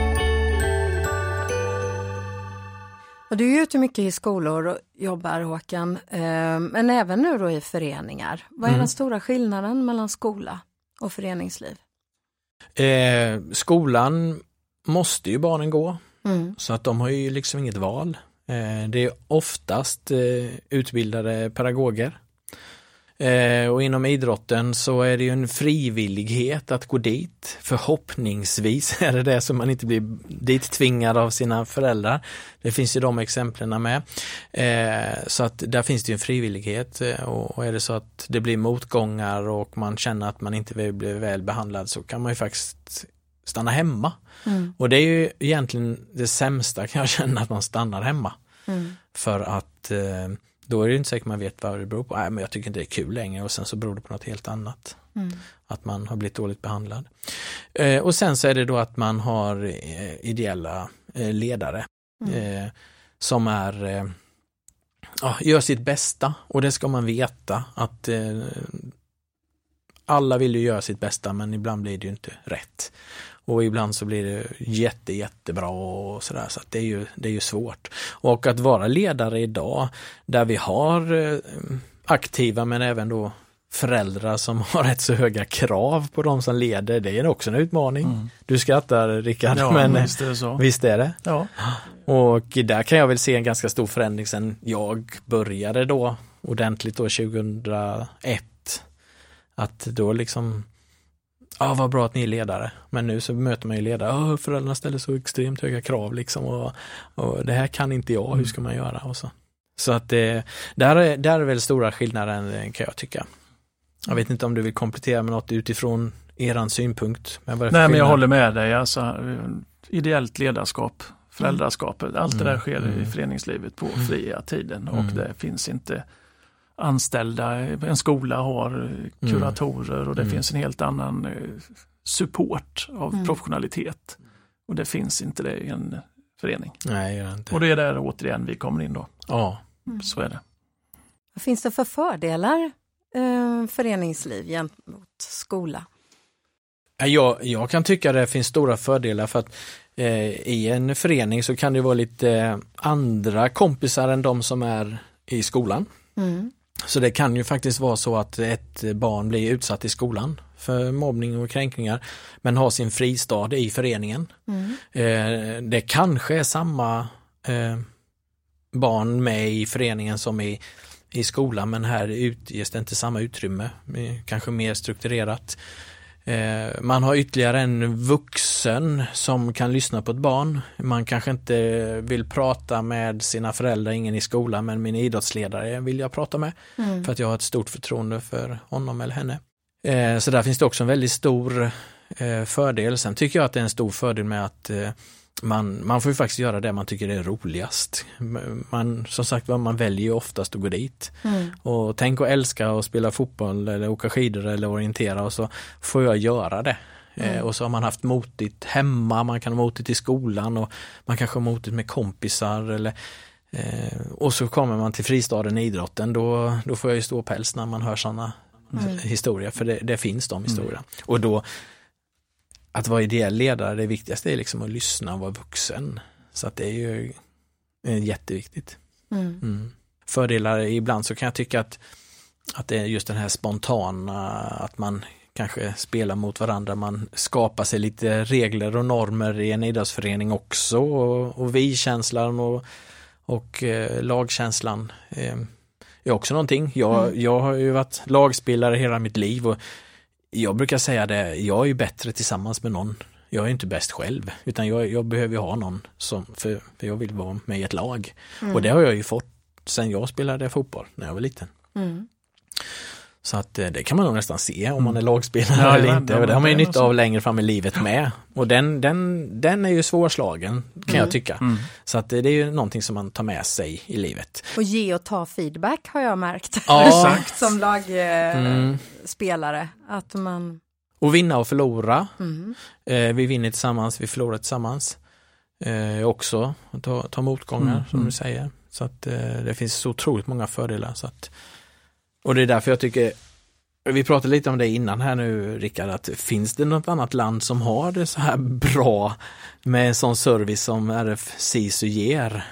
[SPEAKER 2] Och du är ju ute mycket i skolor och jobbar, Håkan, men även nu då i föreningar. Vad är mm. den stora skillnaden mellan skola och föreningsliv?
[SPEAKER 4] Eh, skolan måste ju barnen gå, mm. så att de har ju liksom inget val. Eh, det är oftast eh, utbildade pedagoger. Eh, och inom idrotten så är det ju en frivillighet att gå dit. Förhoppningsvis är det det som man inte blir dit tvingad av sina föräldrar. Det finns ju de exemplen med. Eh, så att där finns det ju en frivillighet och, och är det så att det blir motgångar och man känner att man inte vill bli väl behandlad så kan man ju faktiskt stanna hemma. Mm. Och det är ju egentligen det sämsta, kan jag känna, att man stannar hemma. Mm. För att eh, då är det inte säkert man vet vad det beror på. Nej, men jag tycker inte det är kul längre och sen så beror det på något helt annat. Mm. Att man har blivit dåligt behandlad. Eh, och sen så är det då att man har eh, ideella eh, ledare mm. eh, som är eh, ja, gör sitt bästa, och det ska man veta att eh, alla vill ju göra sitt bästa, men ibland blir det ju inte rätt. Och ibland så blir det jätte, jättebra och sådär, så att det är ju, det är ju svårt. Och att vara ledare idag där vi har eh, aktiva men även då föräldrar som har rätt så höga krav på de som leder, det är också en utmaning. Mm. Du skrattar, Rickard,
[SPEAKER 3] ja,
[SPEAKER 4] men
[SPEAKER 3] visst är det så.
[SPEAKER 4] Visst är det.
[SPEAKER 3] Ja.
[SPEAKER 4] Och där kan jag väl se en ganska stor förändring sen jag började då ordentligt då tjugohundraett. Att då liksom ja, vad bra att ni är ledare. Men nu så möter man ju ledare. Ja, föräldrarna ställer så extremt höga krav liksom. Och, och det här kan inte jag. Hur ska man göra? Och så. Så att det, där, är, där är väl stora skillnaden, kan jag tycka. Jag vet inte om du vill komplettera med något utifrån eran synpunkt. Men vad är det för
[SPEAKER 3] Nej,
[SPEAKER 4] skillnad?
[SPEAKER 3] men jag håller med dig. Alltså, ideellt ledarskap, föräldraskapet, allt det där sker mm. i föreningslivet på mm. fria tiden. Och mm. det finns inte anställda. En skola har kuratorer och det mm. finns en helt annan support av mm. professionalitet. Och det finns inte det i en förening.
[SPEAKER 4] Nej, gör inte.
[SPEAKER 3] Och det är där återigen vi kommer in då.
[SPEAKER 4] Ja.
[SPEAKER 3] Mm. Så är det.
[SPEAKER 2] Vad finns det för fördelar eh, föreningsliv gentemot skola?
[SPEAKER 4] Jag, jag kan tycka det finns stora fördelar för att eh, i en förening så kan det vara lite eh, andra kompisar än de som är i skolan. Mm. Så det kan ju faktiskt vara så att ett barn blir utsatt i skolan för mobbning och kränkningar men har sin fristad i föreningen. Mm. Eh, det kanske är samma eh, barn med i föreningen som i, i skolan, men här utges det inte samma utrymme, kanske mer strukturerat. Eh, man har ytterligare en vuxen som kan lyssna på ett barn. Man kanske inte vill prata med sina föräldrar, ingen i skolan, men min idrottsledare vill jag prata med mm. för att jag har ett stort förtroende för honom eller henne. Eh, så där finns det också en väldigt stor eh, fördel. Sen tycker jag att det är en stor fördel med att eh, man, man får ju faktiskt göra det man tycker är roligast. Man, som sagt, man väljer ju oftast att gå dit. Mm. Och tänk att älska att spela fotboll eller åka skidor eller orientera, och så får jag göra det. Mm. Eh, och så har man haft motigt hemma, man kan ha motigt i skolan och man kanske har motigt med kompisar eller eh, och så kommer man till fristaden i idrotten, då, då får jag ju stå päls när man hör sådana mm. historier, för det, det finns de historier. Mm. Och då att vara ideell ledare, det viktigaste är liksom att lyssna och vara vuxen. Så att det är ju är jätteviktigt.
[SPEAKER 2] Mm.
[SPEAKER 4] Mm. Fördelar ibland så kan jag tycka att, att det är just den här spontana, att man kanske spelar mot varandra, man skapar sig lite regler och normer i en idrottsförening också, och, och vi-känslan och, och eh, lagkänslan eh, är också någonting. Jag, mm. jag har ju varit lagspelare hela mitt liv, och jag brukar säga det, jag är ju bättre tillsammans med någon. Jag är inte bäst själv, utan jag, jag behöver ha någon som, för, för jag vill vara med i ett lag. Mm. Och det har jag ju fått sen jag spelade fotboll när jag var liten. Mm. Så att det kan man nog nästan se om man är lagspelare ja, eller ja, inte. Ja, det har man ju nytta av längre fram i livet med. Och den, den, den är ju svårslagen, kan mm. jag tycka. Mm. Så att det är ju någonting som man tar med sig i livet.
[SPEAKER 2] Och ge och ta feedback har jag märkt.
[SPEAKER 4] Ja.
[SPEAKER 2] Som lagspelare. Mm. Att man...
[SPEAKER 4] Och vinna och förlora. Mm. Eh, vi vinner tillsammans, vi förlorar tillsammans. Eh, också ta, ta motgångar, mm. som du säger. Så att eh, det finns så otroligt många fördelar. Så att, och det är därför jag tycker, vi pratade lite om det innan här nu, Rickard, att finns det något annat land som har det så här bra med en sån service som R F SISU ger?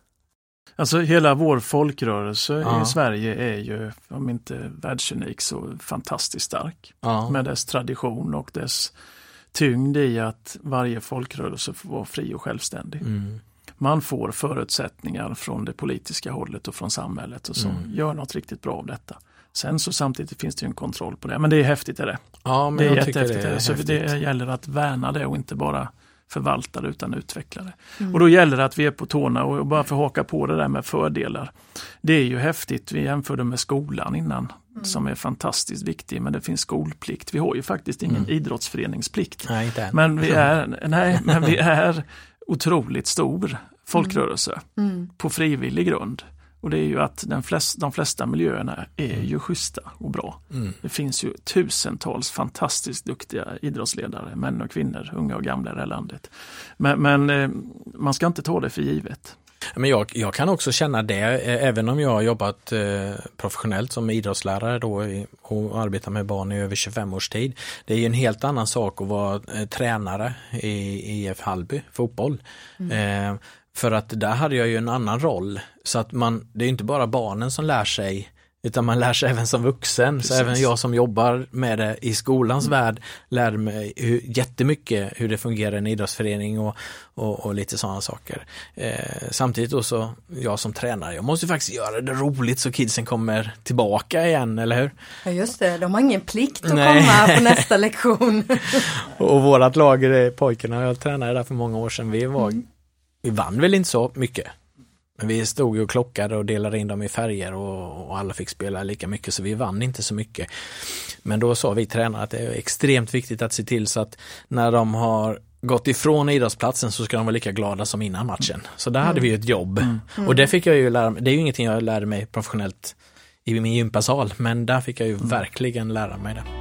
[SPEAKER 3] Alltså hela vår folkrörelse ja. i Sverige är ju, om inte världsunik, så fantastiskt stark. Ja. Med dess tradition och dess tyngd i att varje folkrörelse får vara fri och självständig. Mm. Man får förutsättningar från det politiska hållet och från samhället och som mm. gör något riktigt bra av detta. Sen så samtidigt finns det ju en kontroll på det. Men det är häftigt är det.
[SPEAKER 4] Ja, men
[SPEAKER 3] det är
[SPEAKER 4] jag
[SPEAKER 3] jättehäftigt.
[SPEAKER 4] Det är
[SPEAKER 3] så
[SPEAKER 4] häftigt.
[SPEAKER 3] Det gäller att värna det och inte bara förvalta det utan utveckla det. Mm. Och då gäller det att vi är på tårna, och bara för att haka på det där med fördelar. Det är ju häftigt. Vi jämförde med skolan innan mm. som är fantastiskt viktig, men det finns skolplikt. Vi har ju faktiskt ingen mm. idrottsföreningsplikt.
[SPEAKER 4] Nej, inte än.
[SPEAKER 3] Men vi är, nej, men vi är otroligt stor folkrörelse mm. på frivillig grund. Och det är ju att den flest, de flesta miljöerna är ju schyssta och bra. Mm. Det finns ju tusentals fantastiskt duktiga idrottsledare, män och kvinnor, unga och gamla i det här landet. Men, men eh, man ska inte ta det för givet.
[SPEAKER 4] Men jag, jag kan också känna det, även om jag har jobbat eh, professionellt som idrottslärare då i, och arbetat med barn i över tjugofem års tid. Det är ju en helt annan sak att vara eh, tränare i I F Hallby fotboll. Mm. Eh, För att där hade jag ju en annan roll. Så att man, det är ju inte bara barnen som lär sig, utan man lär sig även som vuxen. Precis. Så även jag som jobbar med det i skolans mm. värld lär mig hur, jättemycket hur det fungerar i en idrottsförening och, och, och lite sådana saker. Eh, samtidigt då så, jag som tränare, jag måste faktiskt göra det roligt så kidsen kommer tillbaka igen, eller hur?
[SPEAKER 2] Ja just det, de har ingen plikt att Nej. komma på nästa lektion.
[SPEAKER 4] Och vårat lag, pojkarna, jag tränade där för många år sedan, vi var mm. Vi vann väl inte så mycket. Men vi stod ju och klockade och delade in dem i färger och, och alla fick spela lika mycket, så vi vann inte så mycket. Men då sa vi tränare att det är extremt viktigt att se till så att när de har gått ifrån idrottsplatsen så ska de vara lika glada som innan matchen. Så där mm. hade vi ju ett jobb. Mm. Mm. Och det fick jag ju lära mig. Det är ju ingenting jag lärde mig professionellt i min gympasal, men där fick jag ju mm. verkligen lära mig det.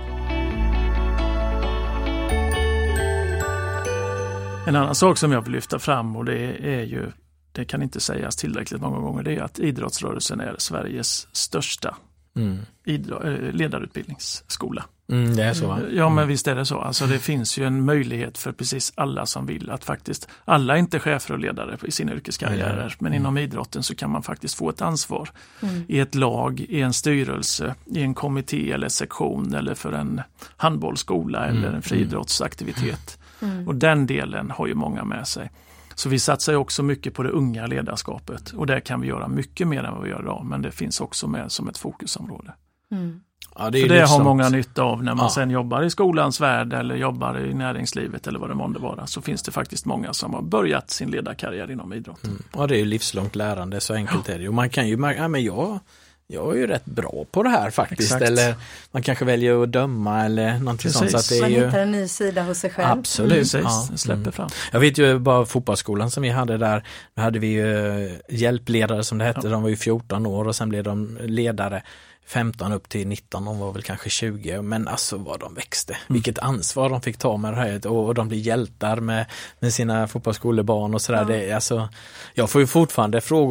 [SPEAKER 3] En annan sak som jag vill lyfta fram, och det är ju, det kan inte sägas tillräckligt många gånger, det är att idrottsrörelsen är Sveriges största mm. idro- ledarutbildningsskola.
[SPEAKER 4] Mm, det är så va?
[SPEAKER 3] Ja, men visst är det så. Alltså det finns ju en möjlighet för precis alla som vill att faktiskt, alla är inte chefer och ledare i sina yrkeskarriärer, mm. men inom idrotten så kan man faktiskt få ett ansvar mm. i ett lag, i en styrelse, i en kommitté eller sektion eller för en handbollsskola mm. eller en friidrottsaktivitet. Mm. Och den delen har ju många med sig. Så vi satsar ju också mycket på det unga ledarskapet. Och där kan vi göra mycket mer än vad vi gör idag. Men det finns också med som ett fokusområde. Mm.
[SPEAKER 4] Ja, det är
[SPEAKER 3] För det har många nytta av när man ja. sen jobbar i skolans värld eller jobbar i näringslivet eller vad det månde vara. Så finns det faktiskt många som har börjat sin ledarkarriär inom idrotten.
[SPEAKER 4] Mm. Ja, det är ju livslångt lärande, så enkelt ja. är det. Och man kan ju märka, ja, men jag... Jag är ju rätt bra på det här faktiskt. Exakt. Eller man kanske väljer att döma eller någonting sånt. Så att det är
[SPEAKER 2] man
[SPEAKER 4] ju...
[SPEAKER 2] hittar en ny sida hos sig själv.
[SPEAKER 4] Absolut.
[SPEAKER 3] Precis, ja. släpper fram.
[SPEAKER 4] Jag vet ju bara fotbollsskolan som vi hade där. Då hade vi ju hjälpledare som det hette. Ja. De var ju fjorton år och sen blev de ledare femton upp till nitton. De var väl kanske tjugo. Men alltså vad de växte. Mm. Vilket ansvar de fick ta med det här. Och de blir hjältar med, med sina fotbollsskolebarn och sådär. Ja. Det, alltså, jag får ju fortfarande frågor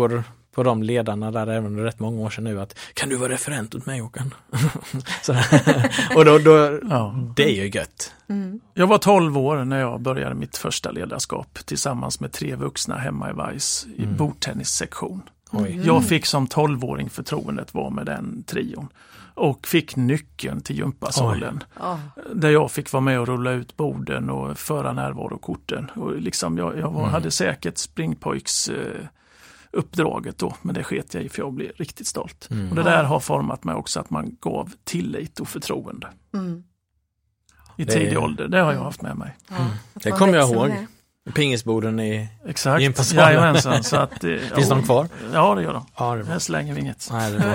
[SPEAKER 4] på de ledarna där även rätt många år sedan nu att kan du vara referent åt mig, Håkan? Och då, då ja. Det är ju gött.
[SPEAKER 3] Mm. Jag var tolv år när jag började mitt första ledarskap tillsammans med tre vuxna hemma i Vajs i mm. bordtennissektion. Mm. Jag fick som tolvåring förtroendet vara med den trion och fick nyckeln till gympasalen oh. där jag fick vara med och rulla ut borden och föra närvarokorten. Och liksom jag, jag var, mm. hade säkert springpojks eh, uppdraget då, men det sket jag i för jag blev riktigt stolt. Mm. Och det där har format mig också att man gav tillit och förtroende. Mm. I det tidig är... ålder, det har jag haft med mig.
[SPEAKER 4] Mm. Det kommer jag ihåg. Med. Pingisborden i
[SPEAKER 3] Exakt, jajamensan. Så att, eh,
[SPEAKER 4] finns de kvar?
[SPEAKER 3] Ja, det gör de.
[SPEAKER 4] Ja, det
[SPEAKER 3] här slänger vi inget.
[SPEAKER 4] Nej, det, är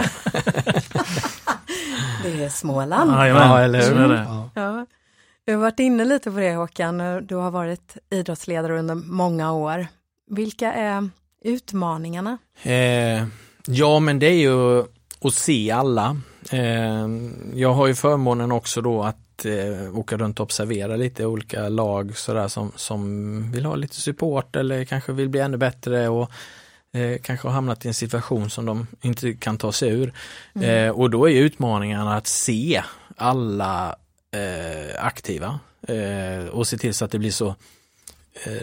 [SPEAKER 2] det är Småland.
[SPEAKER 3] Jajamän, ja, eller hur? Det.
[SPEAKER 2] Ja. Ja. Du har varit inne lite på det, Håkan. Du har varit idrottsledare under många år. Vilka är utmaningarna?
[SPEAKER 4] Eh, ja, men det är ju att se alla. Eh, jag har ju förmånen också då att eh, åka runt och observera lite olika lag sådär, som, som vill ha lite support eller kanske vill bli ännu bättre och eh, kanske har hamnat i en situation som de inte kan ta sig ur. Mm. Eh, och då är utmaningen att se alla eh, aktiva eh, och se till så att det blir så eh,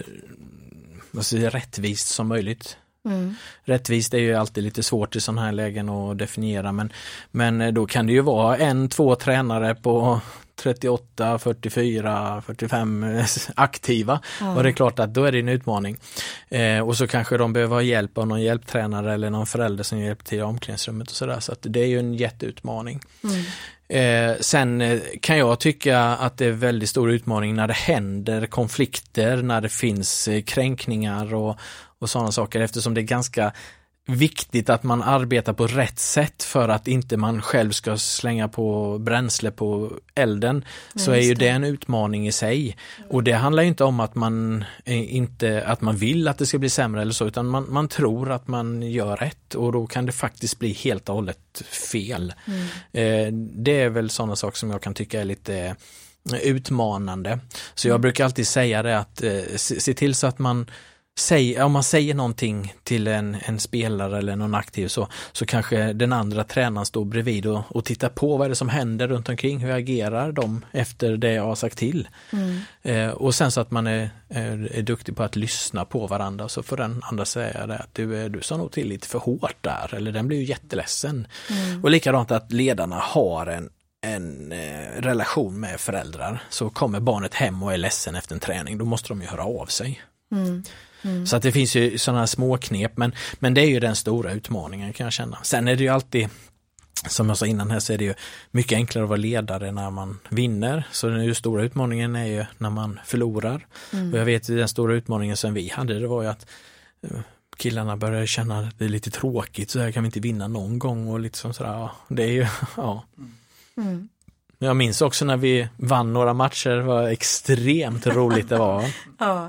[SPEAKER 4] alltså, rättvist som möjligt. Mm. Rättvist är ju alltid lite svårt i sådana här lägen att definiera, men, men då kan det ju vara en, två tränare på trettioåtta, fyrtiofyra, fyrtiofem aktiva mm. och det är klart att då är det en utmaning. Eh, och så kanske de behöver ha hjälp av någon hjälptränare eller någon förälder som hjälper till i omklädningsrummet och sådär, så att det är ju en jätteutmaning. Mm. Eh, sen kan jag tycka att det är väldigt stor utmaning när det händer konflikter, när det finns eh, kränkningar och och sådana saker, eftersom det är ganska viktigt att man arbetar på rätt sätt för att inte man själv ska slänga på bränsle på elden, ja, så är ju det en utmaning i sig. Och det handlar ju inte om att man inte att man vill att det ska bli sämre eller så, utan man, man tror att man gör rätt och då kan det faktiskt bli helt och hållet fel. Mm. Eh, det är väl sådana saker som jag kan tycka är lite utmanande. Så jag brukar alltid säga det att eh, se, se till så att man Säg, om man säger någonting till en, en spelare eller någon aktiv så, så kanske den andra tränaren står bredvid och, och tittar på vad är det som händer runt omkring, hur agerar de efter det jag har sagt till. Mm. Eh, och sen så att man är, är, är duktig på att lyssna på varandra, så får den andra säga det, att du, du sa nog till lite för hårt där, eller den blir ju jätteledsen. Mm. Och likadant att ledarna har en en eh, relation med föräldrar, så kommer barnet hem och är ledsen efter en träning, då måste de ju höra av sig. Mm. Mm. Så att det finns ju sådana här små knep, men, men det är ju den stora utmaningen, kan jag känna. Sen är det ju alltid, som jag sa innan här, så är det ju mycket enklare att vara ledare när man vinner. Så den ju stora utmaningen är ju när man förlorar. Mm. Och jag vet, den stora utmaningen som vi hade, det var ju att killarna började känna att det är lite tråkigt, så här kan vi inte vinna någon gång och lite sådär. Ja, det är ju, ja. Mm. Jag minns också när vi vann några matcher, det var extremt roligt det var. Ja.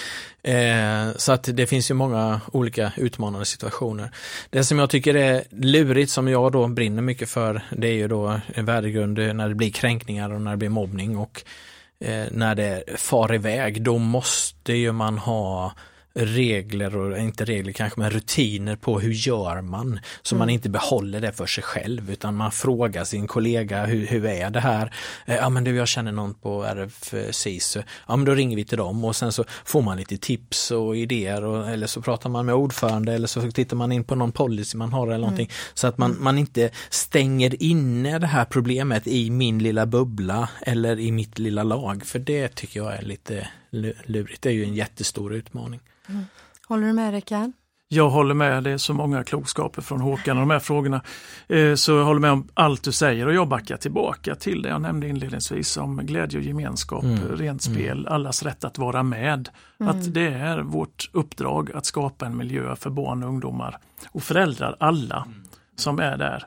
[SPEAKER 4] Eh, så att det finns ju många olika utmanande situationer. Det som jag tycker är lurigt, som jag då brinner mycket för, det är ju då en värdegrund när det blir kränkningar och när det blir mobbning, och eh, när det far iväg, då måste ju man ha regler, och inte regler kanske, men rutiner på hur gör man, så mm. man inte behåller det för sig själv, utan man frågar sin kollega, hur, hur är det här? Eh, ja men du, jag känner någon på R F C I S. Ja men då ringer vi till dem, och sen så får man lite tips och idéer, och, eller så pratar man med ordförande, eller så tittar man in på någon policy man har eller någonting, mm. så att man, man inte stänger inne det här problemet i min lilla bubbla eller i mitt lilla lag, för det tycker jag är lite lurigt. Det är ju en jättestor utmaning.
[SPEAKER 2] Mm. Håller du med, Rickard?
[SPEAKER 3] Jag håller med, det är så många klokskaper från Håkan och de här frågorna. Eh, så jag håller med om allt du säger, och jag backar tillbaka till det jag nämnde inledningsvis om glädje och gemenskap, mm. rent spel, mm. allas rätt att vara med. Mm. Att det är vårt uppdrag att skapa en miljö för barn och ungdomar och föräldrar, alla mm. som är där.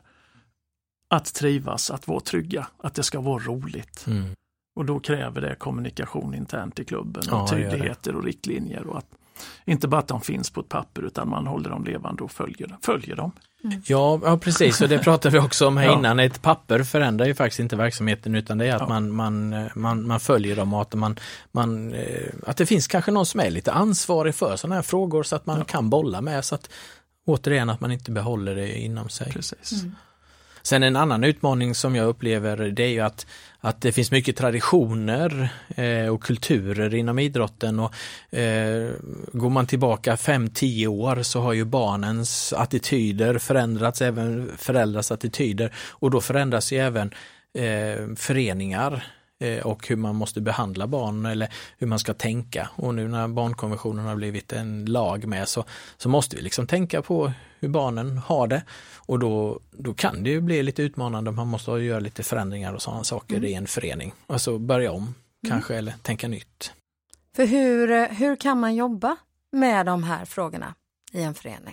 [SPEAKER 3] Att trivas, att vara trygga, att det ska vara roligt. Mm. Och då kräver det kommunikation internt i klubben och ja, tydligheter och riktlinjer, och att inte bara att de finns på ett papper, utan man håller dem levande och följer, följer dem.
[SPEAKER 4] Mm. Ja, ja, precis. Och det pratade vi också om här ja. innan. Ett papper förändrar ju faktiskt inte verksamheten, utan det är att ja. man, man, man, man följer dem, och att, man, man, att det finns kanske någon som är lite ansvarig för sådana här frågor, så att man ja. kan bolla med. Så att, återigen att man inte behåller det inom sig.
[SPEAKER 3] Precis.
[SPEAKER 2] Mm.
[SPEAKER 4] Sen en annan utmaning som jag upplever, det är ju att, att det finns mycket traditioner eh, och kulturer inom idrotten, och eh, går man tillbaka fem till tio år så har ju barnens attityder förändrats, även föräldrars attityder, och då förändras ju även eh, föreningar eh, och hur man måste behandla barn eller hur man ska tänka. Och nu när barnkonventionen har blivit en lag med så, så måste vi liksom tänka på hur barnen har det. Och då, då kan det ju bli lite utmanande om man måste göra lite förändringar och sådana saker mm. i en förening. Alltså börja om mm. kanske, eller tänka nytt.
[SPEAKER 2] För hur, hur kan man jobba med de här frågorna i en förening?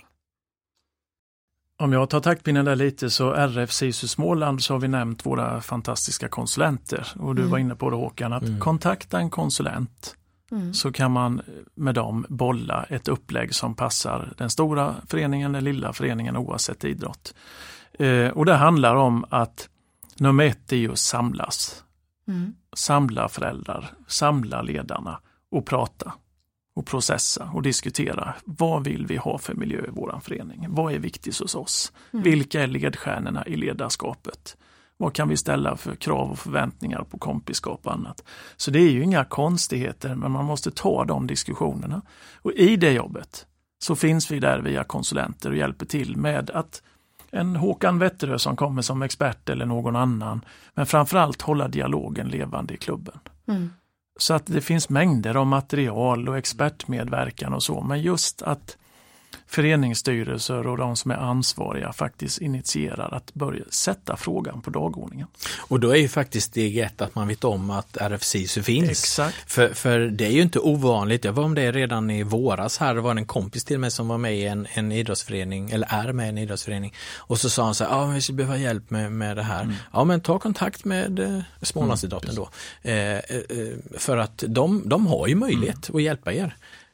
[SPEAKER 3] Om jag tar taktpinnen där lite, så R F SISU Småland så har vi nämnt våra fantastiska konsulenter. Och du mm. var inne på det, Håkan, att mm. kontakta en konsulent. Mm. Så kan man med dem bolla ett upplägg som passar den stora föreningen, den lilla föreningen, oavsett idrott. Eh, och det handlar om att nummer ett är just samlas. Mm. Samla föräldrar, samla ledarna och prata och processa och diskutera. Vad vill vi ha för miljö i vår förening? Vad är viktigt hos oss? Mm. Vilka är ledstjärnorna i ledarskapet? Vad kan vi ställa för krav och förväntningar på kompiskap och annat? Så det är ju inga konstigheter, men man måste ta de diskussionerna. Och i det jobbet så finns vi där via konsulenter och hjälper till med att en Håkan Wetterö som kommer som expert eller någon annan, men framförallt hålla dialogen levande i klubben. Mm. Så att det finns mängder av material och expertmedverkan och så, men just att föreningsstyrelser och de som är ansvariga faktiskt initierar att börja sätta frågan på dagordningen.
[SPEAKER 4] Och då är ju faktiskt steg ett att man vet om att R F SISU finns.
[SPEAKER 3] Exakt.
[SPEAKER 4] För, för det är ju inte ovanligt. Jag var om det redan i våras här. Det var en kompis till mig som var med i en, en idrottsförening, eller är med i en idrottsförening. Och så sa han så här, ja, vi skulle behöva hjälp med, med det här. Mm. Ja, men ta kontakt med eh, Smålandsidrotten mm, då. Eh, eh, för att de, de har ju möjlighet mm. att hjälpa er.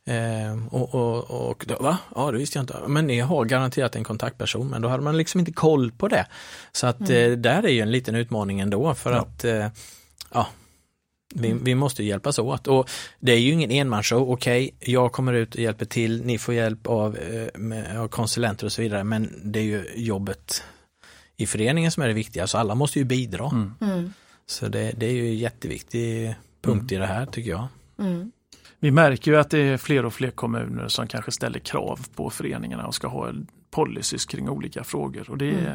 [SPEAKER 4] Eh, och, och, och då, va? Ja, det visste jag inte. Men ni har garanterat en kontaktperson, men då hade man liksom inte koll på det. Så att mm. eh, där är ju en liten utmaning ändå, för ja. att eh, ja, vi, mm. vi måste hjälpas åt. Och det är ju ingen enmansshow. Okej, okay, jag kommer ut och hjälper till, ni får hjälp av, eh, med, av konsulenter och så vidare, men det är ju jobbet i föreningen som är det viktiga, så alla måste ju bidra. Mm. Mm. Så det, det är ju en jätteviktig punkt mm. i det här, tycker jag.
[SPEAKER 2] Mm.
[SPEAKER 3] Vi märker ju att det är fler och fler kommuner som kanske ställer krav på föreningarna och ska ha policies kring olika frågor. Och det mm.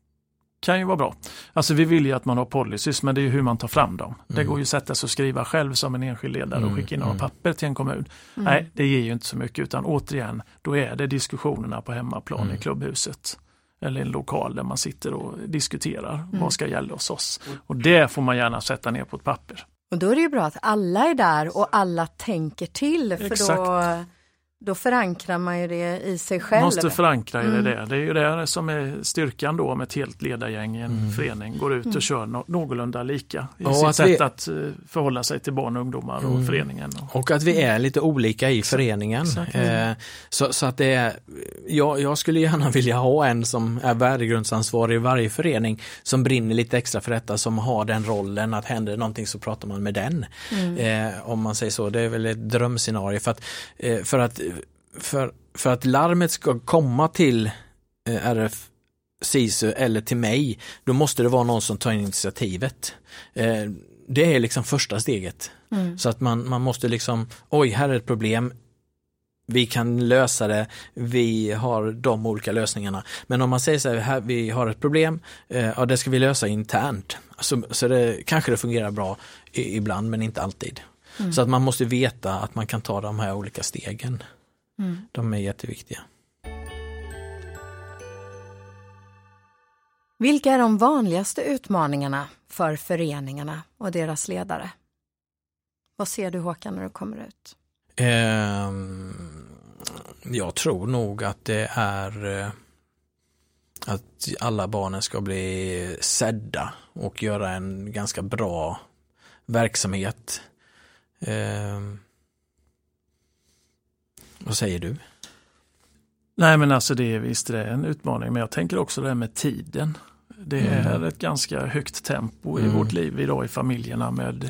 [SPEAKER 3] kan ju vara bra. Alltså vi vill ju att man har policies, men det är ju hur man tar fram dem. Mm. Det går ju att sätta sig och skriva själv som en enskild ledare mm. och skicka in några mm. papper till en kommun. Mm. Nej, det ger ju inte så mycket, utan återigen, då är det diskussionerna på hemmaplan mm. i klubbhuset. Eller en lokal där man sitter och diskuterar mm. vad ska gälla hos oss. Och det får man gärna sätta ner på ett papper.
[SPEAKER 2] Och då är det ju bra att alla är där och alla tänker till, för
[SPEAKER 3] Exakt.
[SPEAKER 2] då, då förankrar man ju det i sig själv.
[SPEAKER 3] Måste förankra i mm. det. Det är ju det som är styrkan då, om ett helt ledargäng i en mm. förening går ut och mm. kör no- någorlunda lika i och sitt att sätt vi... att uh, förhålla sig till barn och ungdomar mm. och föreningen. Och...
[SPEAKER 4] och att vi är lite olika i föreningen. Eh, så, så att det är, jag, jag skulle gärna vilja ha en som är värdegrundsansvarig i varje förening, som brinner lite extra för detta, som har den rollen att händer någonting så pratar man med den. Mm. Eh, om man säger så, det är väl ett drömscenario, för att, eh, för att För, för att larmet ska komma till eh, R F SISU eller till mig, då måste det vara någon som tar initiativet. Eh, det är liksom första steget. Mm. Så att man, man måste liksom, oj, här är ett problem, vi kan lösa det, vi har de olika lösningarna. Men om man säger så här, här vi har ett problem, eh, ja, det ska vi lösa internt. Så, så det, kanske det fungerar bra i, ibland, men inte alltid. Mm. Så att man måste veta att man kan ta de här olika stegen. Mm. De är jätteviktiga.
[SPEAKER 2] Vilka är de vanligaste utmaningarna för föreningarna och deras ledare? Vad ser du, Håkan, när du kommer ut?
[SPEAKER 4] Eh, jag tror nog att det är eh, att alla barnen ska bli sedda och göra en ganska bra verksamhet. Eh, Vad säger du?
[SPEAKER 3] Nej, men alltså det är visst det är en utmaning, men jag tänker också det här med tiden. Det är mm. ett ganska högt tempo i mm. vårt liv idag i familjerna, med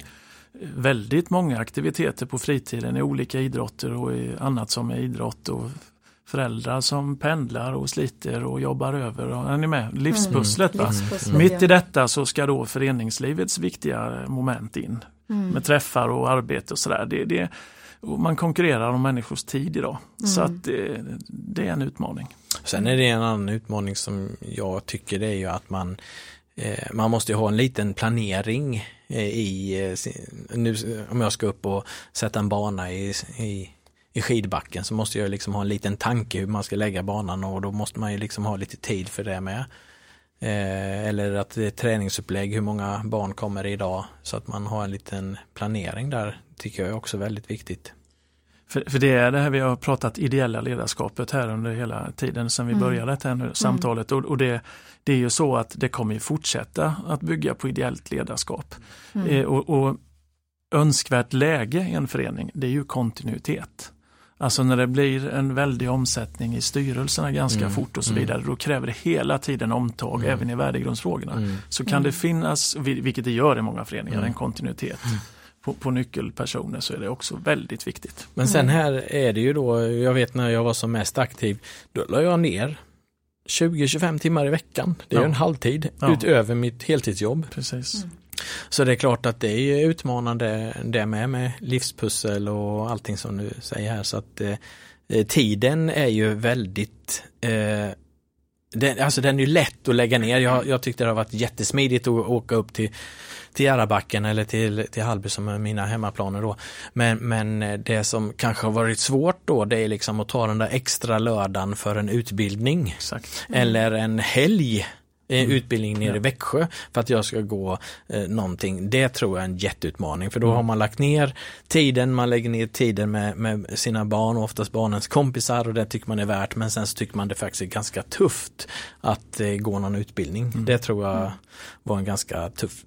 [SPEAKER 3] väldigt många aktiviteter på fritiden i olika idrotter och i annat som är idrott och föräldrar som pendlar och sliter och jobbar över. Och, är ni med? Livspusslet.
[SPEAKER 2] Mm.
[SPEAKER 3] Va?
[SPEAKER 2] Livspusslet,
[SPEAKER 3] Mitt
[SPEAKER 2] ja.
[SPEAKER 3] i detta så ska då föreningslivets viktiga moment in. Mm. Med träffar och arbete och sådär. Det, det, och man konkurrerar om människors tid idag. Mm. Så att det, det är en utmaning.
[SPEAKER 4] Sen är det en annan utmaning som jag tycker, det är ju att man eh, man måste ju ha en liten planering eh, i eh, nu, om jag ska upp och sätta en bana i, i, i skidbacken, så måste jag liksom ha en liten tanke hur man ska lägga banan, och då måste man ju liksom ha lite tid för det med. Eh, eller att det är träningsupplägg, hur många barn kommer idag, så att man har en liten planering där, tycker jag är också väldigt viktigt.
[SPEAKER 3] För, för det är det här vi har pratat ideella ledarskapet här under hela tiden sedan vi mm. började det här nu, samtalet. Och, och det, det är ju så att det kommer ju fortsätta att bygga på ideellt ledarskap. Mm. Eh, och, och önskvärt läge i en förening, det är ju kontinuitet. Alltså när det blir en väldig omsättning i styrelserna ganska mm. fort och så vidare, då kräver det hela tiden omtag mm. även i värdegrundsfrågorna. Mm. Så kan mm. det finnas, vilket det gör i många föreningar, mm. en kontinuitet. Mm. På, på nyckelpersoner, så är det också väldigt viktigt.
[SPEAKER 4] Men sen här är det ju då, jag vet när jag var som mest aktiv, då la jag ner tjugo till tjugofem timmar i veckan. Det är ja. en halvtid ja. utöver mitt heltidsjobb.
[SPEAKER 3] Precis. Mm.
[SPEAKER 4] Så det är klart att det är utmanande det med, med livspussel och allting som du säger här. Så att eh, tiden är ju väldigt... Eh, den, alltså den är ju lätt att lägga ner. Jag, jag tyckte det har varit jättesmidigt att åka upp till till Järrabacken eller till, till Hallby som är mina hemmaplaner då. Men, men det som kanske har varit svårt då, det är liksom att ta den där extra lördagen för en utbildning.
[SPEAKER 3] Exakt.
[SPEAKER 4] Mm. Eller en helg mm. utbildning nere ja. i Växjö för att jag ska gå eh, någonting. Det tror jag är en jätteutmaning, för då mm. har man lagt ner tiden, man lägger ner tiden med, med sina barn och oftast barnens kompisar, och det tycker man är värt, men sen så tycker man det faktiskt är ganska tufft att eh, gå någon utbildning. Mm. Det tror jag var en ganska tuff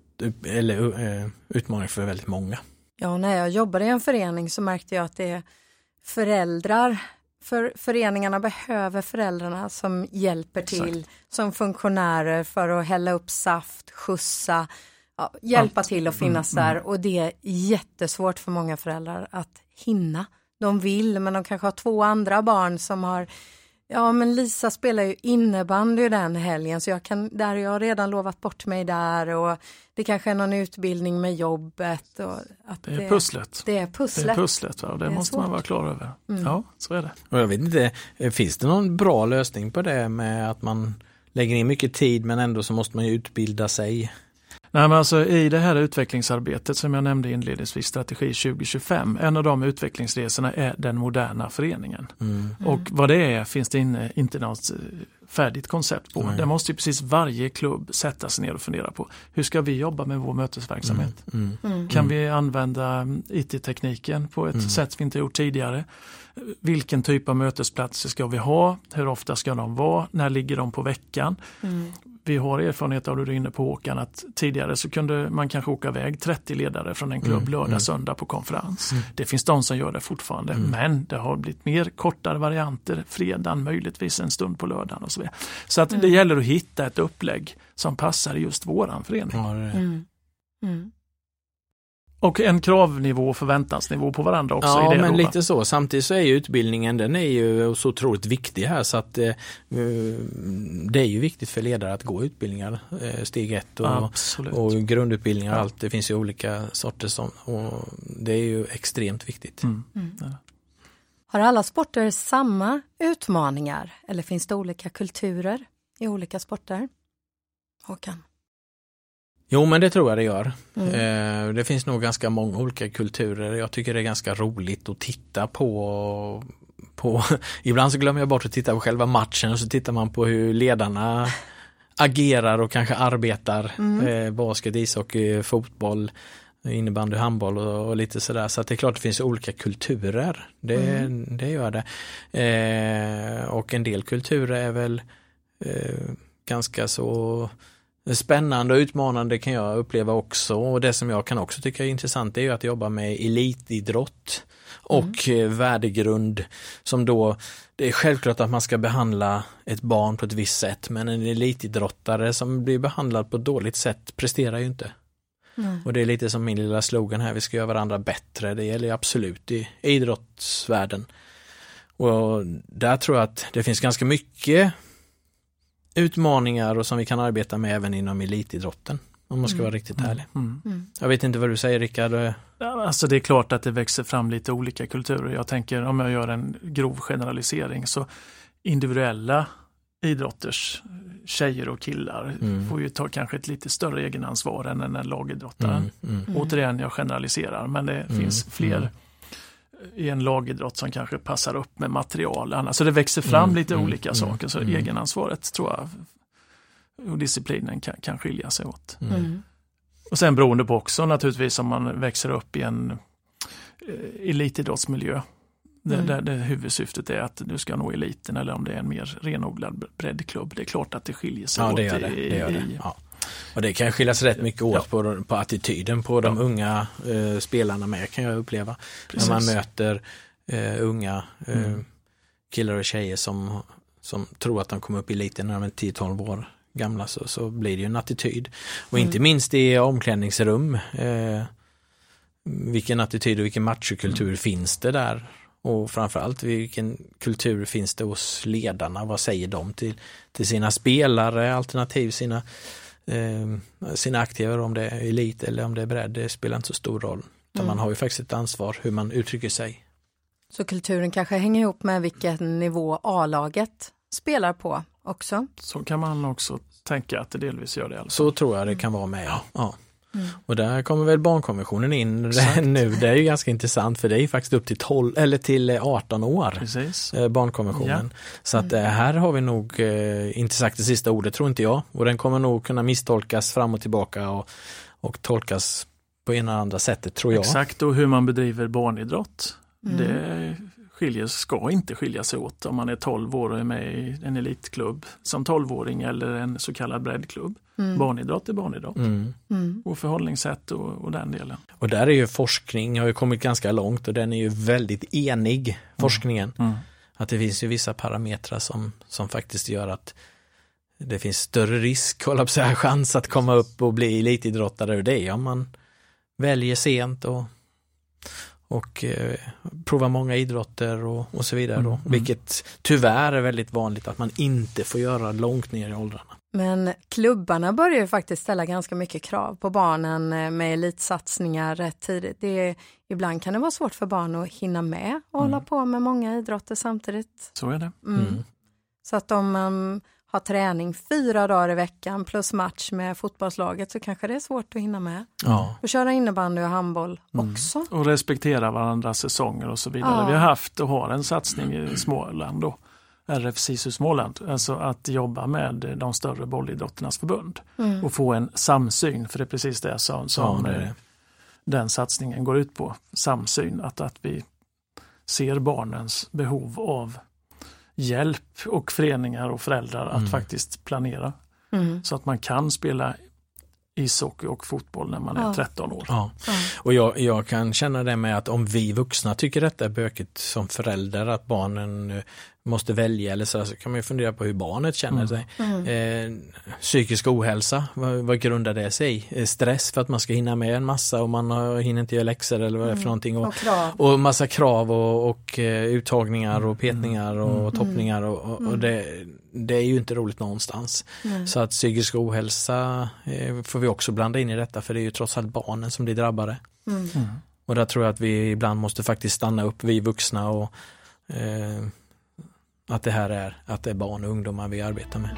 [SPEAKER 4] eller uh, utmaning för väldigt många.
[SPEAKER 2] Ja, när jag jobbade i en förening så märkte jag att det är föräldrar, för föreningarna behöver föräldrarna som hjälper till, Exakt. som funktionärer för att hälla upp saft, skjutsa, ja, hjälpa Allt. till att finnas mm, där mm. och det är jättesvårt för många föräldrar att hinna. De vill, men de kanske har två andra barn som har. Ja, men Lisa spelar ju innebandy den helgen, så jag kan, där jag har redan lovat bort mig där, och det kanske är någon utbildning med jobbet. Och att
[SPEAKER 3] det är det, pusslet.
[SPEAKER 2] Det är pusslet.
[SPEAKER 3] Det är pusslet, va? Och det, det måste svårt. man vara klar över. Mm. Ja, så är det.
[SPEAKER 4] Och jag vet inte, finns det någon bra lösning på det med att man lägger in mycket tid men ändå så måste man ju utbilda sig?
[SPEAKER 3] Nej, men alltså i det här utvecklingsarbetet som jag nämnde inledningsvis, strategi tjugo tjugofem, en av de utvecklingsresorna är den moderna föreningen. Mm. Och vad det är finns det in, inte något färdigt koncept på. Mm. Det måste ju precis varje klubb sätta sig ner och fundera på. Hur ska vi jobba med vår mötesverksamhet? Mm. Mm. Mm. Kan vi använda I T-tekniken på ett mm. sätt vi inte gjort tidigare? Vilken typ av mötesplatser ska vi ha? Hur ofta ska de vara? När ligger de på veckan? Mm. Vi har erfarenhet av det du är inne på, Håkan, att tidigare så kunde man kanske åka iväg trettio ledare från en klubb mm, lördag, mm. söndag på konferens. Mm. Det finns de som gör det fortfarande, mm. men det har blivit mer kortare varianter, fredagen möjligtvis en stund på lördagen och så vidare. Så att mm. det gäller att hitta ett upplägg som passar just våran förening.
[SPEAKER 4] Ja, det är det. Mm. Mm.
[SPEAKER 3] Och en kravnivå och förväntansnivå på varandra också.
[SPEAKER 4] Ja,
[SPEAKER 3] i det
[SPEAKER 4] men
[SPEAKER 3] då,
[SPEAKER 4] lite så. Samtidigt så är ju utbildningen, den är ju så otroligt viktig här, så att eh, det är ju viktigt för ledare att gå utbildningar, eh, steg ett och, och grundutbildningar och ja. allt. Det finns ju olika sorter som, och det är ju extremt viktigt. Mm. Mm. Ja.
[SPEAKER 2] Har alla sporter samma utmaningar eller finns det olika kulturer i olika sporter? Håkan?
[SPEAKER 4] Jo, men det tror jag det gör. Mm. Eh, det finns nog ganska många olika kulturer. Jag tycker det är ganska roligt att titta på, på... Ibland så glömmer jag bort att titta på själva matchen, och så tittar man på hur ledarna agerar och kanske arbetar. Mm. Eh, basket, ishockey, fotboll, innebandy, handboll och, och lite sådär. Så att det är klart det finns olika kulturer. Det, mm. det gör det. Eh, och en del kulturer är väl eh, ganska så... spännande och utmanande kan jag uppleva också, och det som jag kan också tycka är intressant är ju att jobba med elitidrott och mm. värdegrund, som då, det är självklart att man ska behandla ett barn på ett visst sätt, men en elitidrottare som blir behandlad på ett dåligt sätt presterar ju inte. Mm. Och det är lite som min lilla slogan här, vi ska göra varandra bättre, det gäller ju absolut i idrottsvärlden. Och där tror jag att det finns ganska mycket utmaningar och som vi kan arbeta med även inom elitidrotten, om man ska
[SPEAKER 2] Mm.
[SPEAKER 4] vara riktigt ärlig.
[SPEAKER 3] Mm.
[SPEAKER 2] Mm.
[SPEAKER 4] Jag vet inte vad du säger, Rickard.
[SPEAKER 3] Ja, alltså det är klart att det växer fram lite olika kulturer. Jag tänker, om jag gör en grov generalisering, så individuella idrotters tjejer och killar
[SPEAKER 4] Mm.
[SPEAKER 3] får ju ta kanske ett lite större egenansvar än en lagidrottare.
[SPEAKER 4] Mm, mm.
[SPEAKER 2] Mm.
[SPEAKER 3] Återigen, jag generaliserar, men det
[SPEAKER 4] Mm,
[SPEAKER 3] finns fler
[SPEAKER 4] mm.
[SPEAKER 3] i en lagidrott som kanske passar upp med material. Alltså det växer fram
[SPEAKER 4] Mm,
[SPEAKER 3] lite
[SPEAKER 4] mm,
[SPEAKER 3] olika
[SPEAKER 4] mm,
[SPEAKER 3] saker, så
[SPEAKER 4] mm.
[SPEAKER 3] egenansvaret tror jag och disciplinen kan, kan skilja sig åt.
[SPEAKER 4] Mm.
[SPEAKER 2] Mm.
[SPEAKER 3] Och sen beroende på också naturligtvis om man växer upp i en eh, elitidrottsmiljö där,
[SPEAKER 2] Mm.
[SPEAKER 3] där det huvudsyftet är att du ska nå eliten, eller om det är en mer renodlad breddklubb. Det är klart att det skiljer sig
[SPEAKER 4] Ja,
[SPEAKER 3] åt
[SPEAKER 4] det gör det.
[SPEAKER 3] i,
[SPEAKER 4] det, gör det.
[SPEAKER 3] i
[SPEAKER 4] Ja. Och det kan skilja sig rätt mycket åt
[SPEAKER 3] Ja.
[SPEAKER 4] på, på attityden på de
[SPEAKER 3] Ja.
[SPEAKER 4] unga eh, spelarna med, kan jag uppleva.
[SPEAKER 3] Precis.
[SPEAKER 4] När man möter eh, unga eh,
[SPEAKER 3] Mm.
[SPEAKER 4] killar och tjejer som, som tror att de kommer upp i eliten när de är tio tolv år gamla, så, så blir det ju en attityd. Och
[SPEAKER 2] Mm.
[SPEAKER 4] inte minst i omklädningsrum. Eh, vilken attityd och vilken machokultur
[SPEAKER 3] Mm.
[SPEAKER 4] finns det där? Och framförallt vilken kultur finns det hos ledarna? Vad säger de till, till sina spelare, alternativt sina, eh, sina aktiva, om det är elit eller om det är bredd, det spelar inte så stor roll. Utan
[SPEAKER 2] Mm.
[SPEAKER 4] man har ju faktiskt ett ansvar hur man uttrycker sig.
[SPEAKER 2] Så kulturen kanske hänger ihop med vilken nivå A-laget spelar på också.
[SPEAKER 3] Så kan man också tänka att det delvis gör det. Alltså.
[SPEAKER 4] Så tror jag det kan vara med. Ja. Ja.
[SPEAKER 2] Mm.
[SPEAKER 4] Och där kommer väl barnkonventionen in
[SPEAKER 3] Exakt.
[SPEAKER 4] nu. Det är ju ganska intressant, för det är ju faktiskt upp till tolv eller till arton år.
[SPEAKER 3] Precis.
[SPEAKER 4] eh, Barnkonventionen. Så att eh, här har vi nog eh, inte sagt det sista ordet, tror inte jag. Och den kommer nog kunna misstolkas fram och tillbaka och, och tolkas på ena eller andra sättet, tror jag.
[SPEAKER 3] Exakt, och hur man bedriver barnidrott.
[SPEAKER 2] Mm.
[SPEAKER 3] Det skiljer, ska inte skilja sig åt om man är tolv år och är med i en elitklubb som tolvåring eller en så kallad breddklubb.
[SPEAKER 2] Mm.
[SPEAKER 3] Barnidrott är barnidrott.
[SPEAKER 4] Mm.
[SPEAKER 2] Mm.
[SPEAKER 3] Och förhållningssätt och, och den delen.
[SPEAKER 4] Och där är ju forskning, har ju kommit ganska långt och den är ju väldigt enig, forskningen.
[SPEAKER 3] Mm.
[SPEAKER 4] Att det finns ju vissa parametrar som, som faktiskt gör att det finns större risk, hålla på säga, chans att komma upp och bli elitidrottare. Och det är om man väljer sent och, och eh, provar många idrotter och, och så vidare. Då.
[SPEAKER 3] Mm, mm.
[SPEAKER 4] Vilket tyvärr är väldigt vanligt att man inte får göra långt ner i åldrarna.
[SPEAKER 2] Men klubbarna börjar ju faktiskt ställa ganska mycket krav på barnen med elitsatsningar rätt tidigt. Det är, ibland kan det vara svårt för barn att hinna med och
[SPEAKER 3] Mm.
[SPEAKER 2] hålla på med många idrotter samtidigt.
[SPEAKER 3] Så är det.
[SPEAKER 2] Mm.
[SPEAKER 4] Mm.
[SPEAKER 2] Så att om man har träning fyra dagar i veckan plus match med fotbollslaget så kanske det är svårt att hinna med.
[SPEAKER 4] Ja.
[SPEAKER 2] Och köra innebandy och handboll
[SPEAKER 3] Mm.
[SPEAKER 2] också.
[SPEAKER 3] Och respektera varandras säsonger och så vidare.
[SPEAKER 2] Ja.
[SPEAKER 3] Vi har haft och har en satsning i Småland då. R F SISU Småland, alltså att jobba med de större bollidrotternas förbund
[SPEAKER 2] Mm.
[SPEAKER 3] och få en samsyn, för det är precis det som, som
[SPEAKER 4] Ja, det är det.
[SPEAKER 3] den satsningen går ut på. Samsyn, att, att vi ser barnens behov av hjälp och föreningar och föräldrar att
[SPEAKER 4] Mm.
[SPEAKER 3] faktiskt planera
[SPEAKER 2] Mm.
[SPEAKER 3] så att man kan spela ishockey och fotboll när man är
[SPEAKER 2] Ja.
[SPEAKER 3] tretton år.
[SPEAKER 4] Ja.
[SPEAKER 2] Ja.
[SPEAKER 4] Och jag, jag kan känna det med att om vi vuxna tycker detta är bökigt som föräldrar, att barnen eh, måste välja eller så, så kan man ju fundera på hur barnet känner
[SPEAKER 3] Mm.
[SPEAKER 4] sig.
[SPEAKER 2] Mm.
[SPEAKER 4] Eh, psykisk ohälsa, vad, vad grundar det sig i? Eh, stress för att man ska hinna med en massa och man har, hinner inte göra läxor eller vad det är för
[SPEAKER 2] Mm.
[SPEAKER 4] någonting. Och,
[SPEAKER 2] Och krav.
[SPEAKER 4] och massa krav och, och eh, uttagningar och petningar och
[SPEAKER 3] Mm.
[SPEAKER 4] toppningar och, och, och
[SPEAKER 2] Mm.
[SPEAKER 4] det, det är ju inte roligt någonstans.
[SPEAKER 2] Nej.
[SPEAKER 4] Så att psykisk ohälsa eh, får vi också blanda in i detta, för det är ju trots allt barnen som blir drabbade.
[SPEAKER 2] Mm.
[SPEAKER 3] Mm.
[SPEAKER 4] Och där tror jag att vi ibland måste faktiskt stanna upp, vi vuxna, och eh, att det här är, att det är barn och ungdomar vi arbetar med.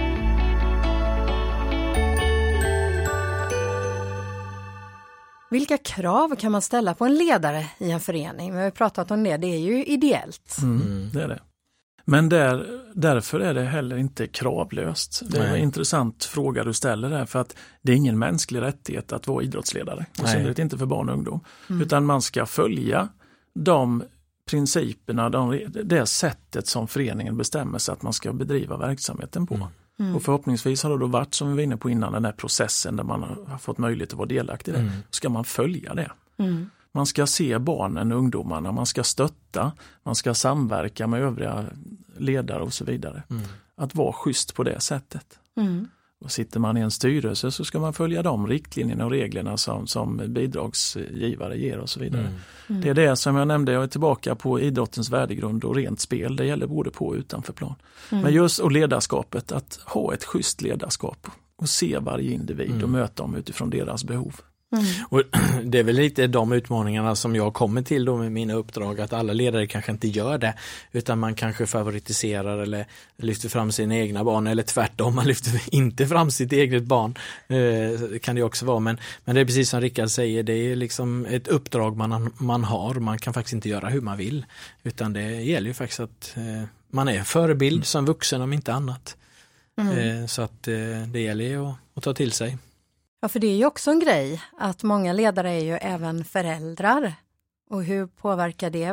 [SPEAKER 2] Vilka krav kan man ställa på en ledare i en förening? Vi har pratat om det, det är ju ideellt.
[SPEAKER 3] Mm,
[SPEAKER 4] Mm.
[SPEAKER 3] det är det. Men där, därför är det heller inte kravlöst. Det är en
[SPEAKER 4] Nej.
[SPEAKER 3] intressant fråga du ställer där, för att det är ingen mänsklig rättighet att vara idrottsledare. I
[SPEAKER 4] Nej.
[SPEAKER 3] synnerhet inte för barn och ungdom.
[SPEAKER 2] Mm.
[SPEAKER 3] Utan man ska följa de principerna, de, det sättet som föreningen bestämmer sig att man ska bedriva verksamheten på.
[SPEAKER 4] Mm.
[SPEAKER 2] Mm.
[SPEAKER 3] Och förhoppningsvis har det då varit, som vi var inne på innan, den här processen där man har fått möjlighet att vara delaktig i det.
[SPEAKER 4] Mm.
[SPEAKER 3] Ska man följa det.
[SPEAKER 2] Mm.
[SPEAKER 3] Man ska se barnen och ungdomarna, man ska stötta, man ska samverka med övriga ledare och så vidare.
[SPEAKER 4] Mm.
[SPEAKER 3] Att vara schysst på det sättet.
[SPEAKER 2] Mm.
[SPEAKER 3] Och sitter man i en styrelse så ska man följa de riktlinjerna och reglerna som, som bidragsgivare ger och så vidare. Mm. Mm. Det är det som jag nämnde, jag är tillbaka på idrottens värdegrund och rent spel. Det gäller både på och utanför plan. Mm. Men just och ledarskapet, att ha ett schysst ledarskap och se varje individ mm. och möta dem utifrån deras behov.
[SPEAKER 4] Mm. Och det är väl lite de utmaningarna som jag kommer till då med mina uppdrag, att alla ledare kanske inte gör det, utan man kanske favoritiserar eller lyfter fram sina egna barn, eller tvärtom, man lyfter inte fram sitt eget barn, eh, kan det också vara, men, men det är precis som Rickard säger, det är liksom ett uppdrag man, man har, man kan faktiskt inte göra hur man vill, utan det gäller ju faktiskt att eh, man är förebild mm. som vuxen om inte annat. Mm. Eh, så att eh, det gäller ju att, att ta till sig.
[SPEAKER 2] Ja, för det är ju också en grej att många ledare är ju även föräldrar. Och hur påverkar det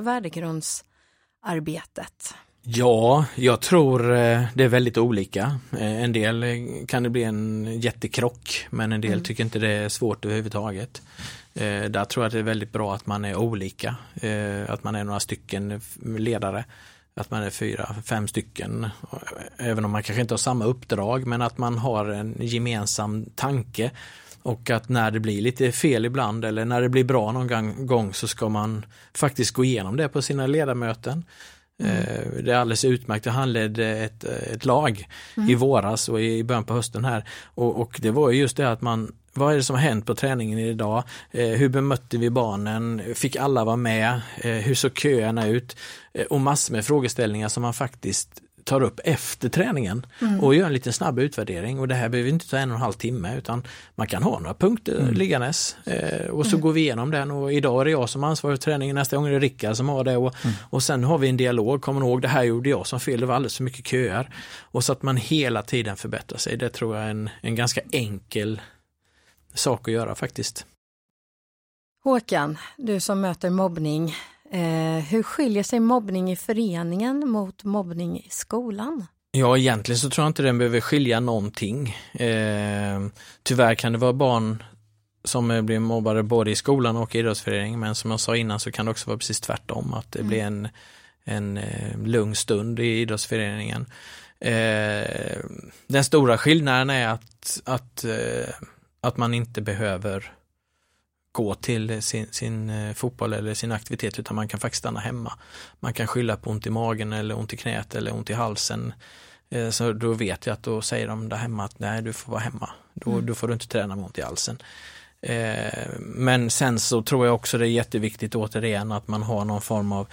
[SPEAKER 2] värdegrundsarbetet?
[SPEAKER 4] Ja, jag tror det är väldigt olika. En del kan det bli en jättekrock, men en del mm. tycker inte det är svårt överhuvudtaget. Där tror jag att det är väldigt bra att man är olika. Att man är några stycken ledare. Att man är fyra, fem stycken, även om man kanske inte har samma uppdrag, men att man har en gemensam tanke, och att när det blir lite fel ibland eller när det blir bra någon gång så ska man faktiskt gå igenom det på sina ledamöten. Mm. Det är alldeles utmärkt. Jag handledde ett, ett lag mm. i våras och i början på hösten här, och, och det var just det att man, vad är det som har hänt på träningen idag? Eh, hur bemötte vi barnen? Fick alla vara med? Eh, hur såg köerna ut? Eh, och massor med frågeställningar som man faktiskt tar upp efter träningen mm. och gör en liten snabb utvärdering. Och det här behöver inte ta en och en halv timme, utan man kan ha några punkter mm. liggandes. Eh, och så mm. går vi igenom den, och idag är det jag som ansvarar för träningen, nästa gång är det Rickard som har det. Och, mm. och sen har vi en dialog, kommer ihåg, det här gjorde jag som fel, det var alldeles för mycket köer. Och så att man hela tiden förbättrar sig. Det tror jag är en, en ganska enkel sak att göra faktiskt.
[SPEAKER 2] Håkan, du som möter mobbning, eh, hur skiljer sig mobbning i föreningen mot mobbning i skolan?
[SPEAKER 4] Ja, egentligen så tror jag inte den behöver skilja någonting. Eh, tyvärr kan det vara barn som blir mobbade både i skolan och i idrottsföreningen, men som jag sa innan så kan det också vara precis tvärtom, att det mm. blir en, en eh, lugn stund i idrottsföreningen. Eh, den stora skillnaden är att, att eh, att man inte behöver gå till sin, sin fotboll eller sin aktivitet, utan man kan faktiskt stanna hemma. Man kan skylla på ont i magen eller ont i knät eller ont i halsen. Så då vet jag att då säger de där hemma att nej, du får vara hemma. Då, mm. då får du inte träna med ont i halsen. Men sen så tror jag också det är jätteviktigt återigen att man har någon form av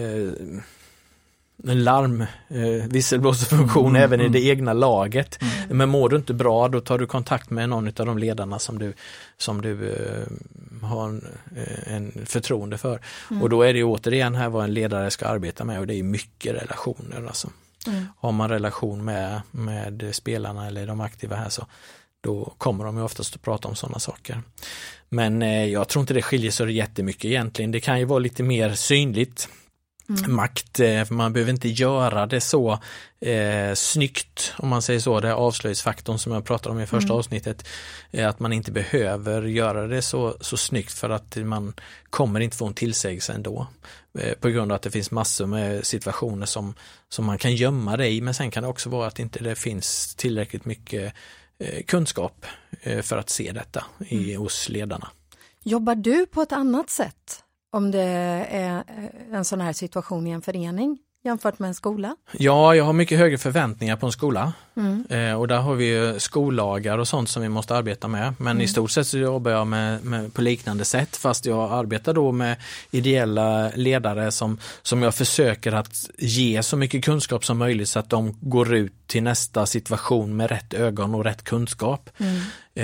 [SPEAKER 4] en larm, eh, visselblåsarfunktion mm, även mm. i det egna laget. Mm. Men mår du inte bra, då tar du kontakt med någon av de ledarna som du, som du eh, har en, en förtroende för. Mm. Och då är det ju återigen här vad en ledare ska arbeta med, och det är mycket relationer. Alltså. Mm. Har man relation med, med spelarna eller de aktiva här, så då kommer de ju oftast att prata om sådana saker. Men eh, jag tror inte det skiljer så jättemycket egentligen. Det kan ju vara lite mer synligt. Mm. Makt, man behöver inte göra det så eh, snyggt, om man säger så. Det är avslöjsfaktorn som jag pratade om i första mm. avsnittet, eh, att man inte behöver göra det så, så snyggt, för att man kommer inte få en tillsägelse ändå, eh, på grund av att det finns massor med situationer som, som man kan gömma det i, men sen kan det också vara att inte det finns tillräckligt mycket eh, kunskap eh, för att se detta i, mm. hos ledarna.
[SPEAKER 2] Jobbar du på ett annat sätt om det är en sån här situation i en förening jämfört med en skola?
[SPEAKER 4] Ja, jag har mycket högre förväntningar på en skola. Mm. Eh, och där har vi ju skollagar och sånt som vi måste arbeta med. Men mm. i stort sett så jobbar jag med, med, på liknande sätt, fast jag arbetar då med ideella ledare som, som jag försöker att ge så mycket kunskap som möjligt, så att de går ut till nästa situation med rätt ögon och rätt kunskap. Mm.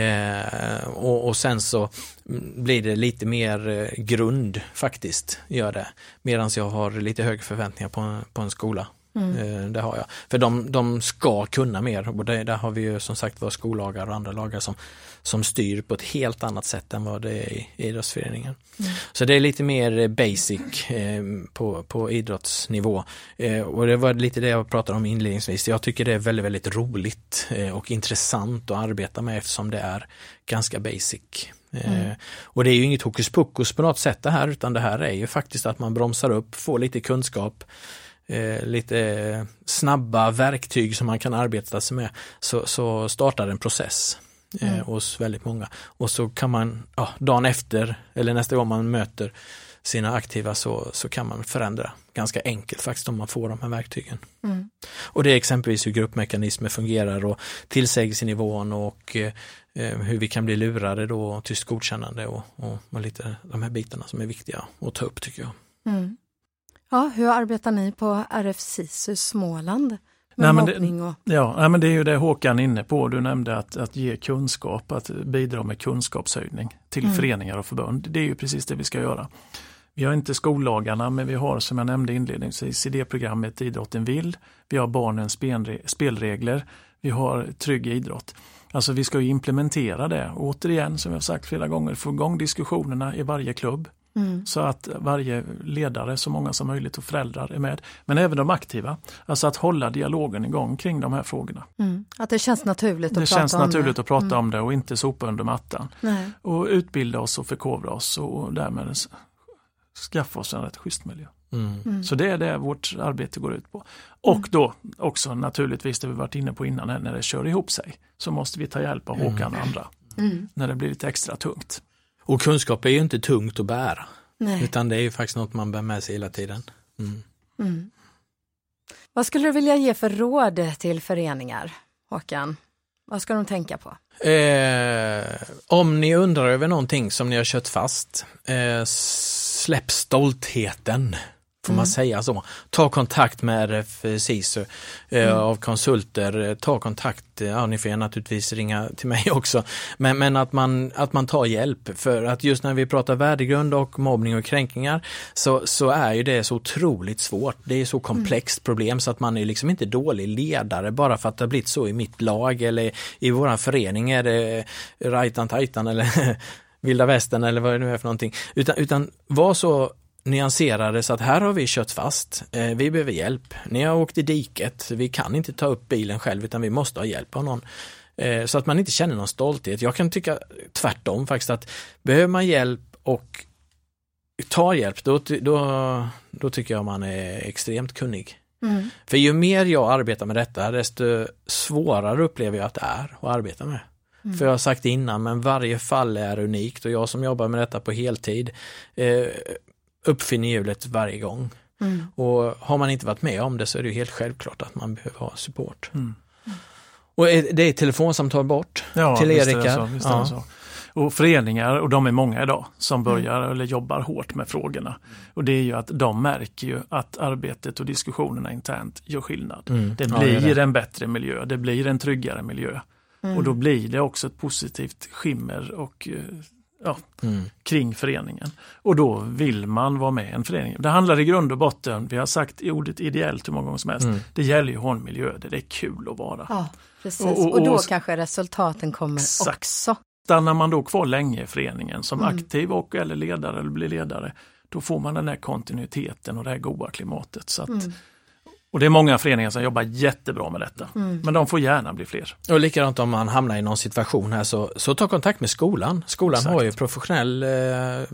[SPEAKER 4] Eh, och, och sen så blir det lite mer eh, grund faktiskt, gör det. Medan jag har lite högre förväntningar på, på en skola. Mm. Eh, det har jag. För de, de ska kunna mer, och det, där har vi ju som sagt våra skollagar och andra lagar som, som styr på ett helt annat sätt än vad det är i idrottsföreningen. Mm. Så det är lite mer basic eh, på, på idrottsnivå. Eh, och det var lite det jag pratade om inledningsvis. Jag tycker det är väldigt, väldigt roligt eh, och intressant att arbeta med, eftersom det är ganska basic. Mm. Eh, och det är ju inget hokus pokus på något sätt det här, utan det här är ju faktiskt att man bromsar upp, får lite kunskap, eh, lite snabba verktyg som man kan arbeta sig med, så, så startar en process eh, mm. hos väldigt många. Och så kan man, ja, dagen efter eller nästa gång man möter sina aktiva så, så kan man förändra ganska enkelt faktiskt om man får de här verktygen. Mm. Och det är exempelvis hur gruppmekanismer fungerar och tillsägelsenivån och eh, hur vi kan bli lurade då, tyst godkännande och, och, och lite de här bitarna som är viktiga att ta upp, tycker jag.
[SPEAKER 2] Mm. Ja, hur arbetar ni på R F SISU Småland med
[SPEAKER 3] nej, men
[SPEAKER 2] mobbning? Och...
[SPEAKER 3] Det, ja, nej, men det är ju det Håkan är inne på. Du nämnde att, att ge kunskap, att bidra med kunskapshöjning till mm. föreningar och förbund. Det är ju precis det vi ska göra. Vi har inte skollagarna, men vi har, som jag nämnde inledningsvis, idéprogrammet Idrotten vill. Vi har barnens spelregler. Vi har trygg idrott. Alltså vi ska ju implementera det. Och återigen, som jag har sagt flera gånger, få igång diskussionerna i varje klubb. Mm. Så att varje ledare, så många som möjligt, och föräldrar är med. Men även de aktiva. Alltså att hålla dialogen igång kring de här frågorna.
[SPEAKER 2] Mm. Att det känns naturligt att
[SPEAKER 3] det
[SPEAKER 2] prata
[SPEAKER 3] känns
[SPEAKER 2] om
[SPEAKER 3] naturligt
[SPEAKER 2] det.
[SPEAKER 3] att prata
[SPEAKER 2] mm.
[SPEAKER 3] om det och inte sopa under mattan. Nej. Och utbilda oss och förkovra oss och därmed skaffa oss en rätt schysst miljö. Mm. Mm. Så det är det vårt arbete går ut på. Och mm. då också naturligtvis, det vi varit inne på innan, när det kör ihop sig, så måste vi ta hjälp av Håkan mm. och andra. Mm. När det blir lite extra tungt.
[SPEAKER 4] Och kunskap är ju inte tungt att bära. Nej. Utan det är ju faktiskt något man bär med sig hela tiden. Mm.
[SPEAKER 2] Mm. Vad skulle du vilja ge för råd till föreningar, Håkan? Vad ska de tänka på?
[SPEAKER 4] Eh, om ni undrar över någonting som ni har kört fast, eh, släpp stoltheten. Får mm. man säga så. Ta kontakt med R F SISU eh, mm. av konsulter. Ta kontakt, ja, ni får ju naturligtvis ringa till mig också. Men, men att, man, att man tar hjälp. För att just när vi pratar värdegrund och mobbning och kränkningar så, så är ju det så otroligt svårt. Det är så komplext mm. problem så att man är liksom inte dålig ledare bara för att det har blivit så i mitt lag eller i våran förening är det Rajtan Tajtan eller Vilda Västern eller vad det nu är för någonting. Utan, utan var så nyanserade så att här har vi kört fast, eh, vi behöver hjälp, ni har åkt i diket, vi kan inte ta upp bilen själv utan vi måste ha hjälp av någon, eh, så att man inte känner någon stolthet. Jag kan tycka tvärtom faktiskt, att behöver man hjälp och tar hjälp, då, då, då tycker jag man är extremt kunnig. Mm. För ju mer jag arbetar med detta, desto svårare upplever jag att det är att arbeta med. Mm. För jag har sagt det innan, men varje fall är unikt och jag som jobbar med detta på heltid eh, uppfinner hjulet varje gång. Mm. Och har man inte varit med om det så är det ju helt självklart att man behöver ha support. Mm. Mm. Och det är telefonsamtal bort
[SPEAKER 3] ja,
[SPEAKER 4] till
[SPEAKER 3] Erika.
[SPEAKER 4] Visst är det
[SPEAKER 3] så, visst är det så. Och föreningar, och de är många idag, som börjar mm. eller jobbar hårt med frågorna. Och det är ju att de märker ju att arbetet och diskussionerna internt gör skillnad. Mm. Det blir ja, det det. en bättre miljö, det blir en tryggare miljö. Mm. Och då blir det också ett positivt skimmer och ja, mm. kring föreningen. Och då vill man vara med i en förening. Det handlar i grund och botten, vi har sagt i ordet ideellt hur många gånger som helst, mm. det gäller ju att ha en miljö där det är kul att vara.
[SPEAKER 2] Ja, precis. Och, och, och då och, kanske resultaten kommer exakt. också.
[SPEAKER 3] Stannar man då kvar länge i föreningen som mm. aktiv och eller ledare eller blir ledare, då får man den här kontinuiteten och det här goda klimatet. Så att, mm. Och det är många föreningar som jobbar jättebra med detta. Mm. Men de får gärna bli fler.
[SPEAKER 4] Och likadant om man hamnar i någon situation här så, så ta kontakt med skolan. Skolan Exakt. har ju professionell eh,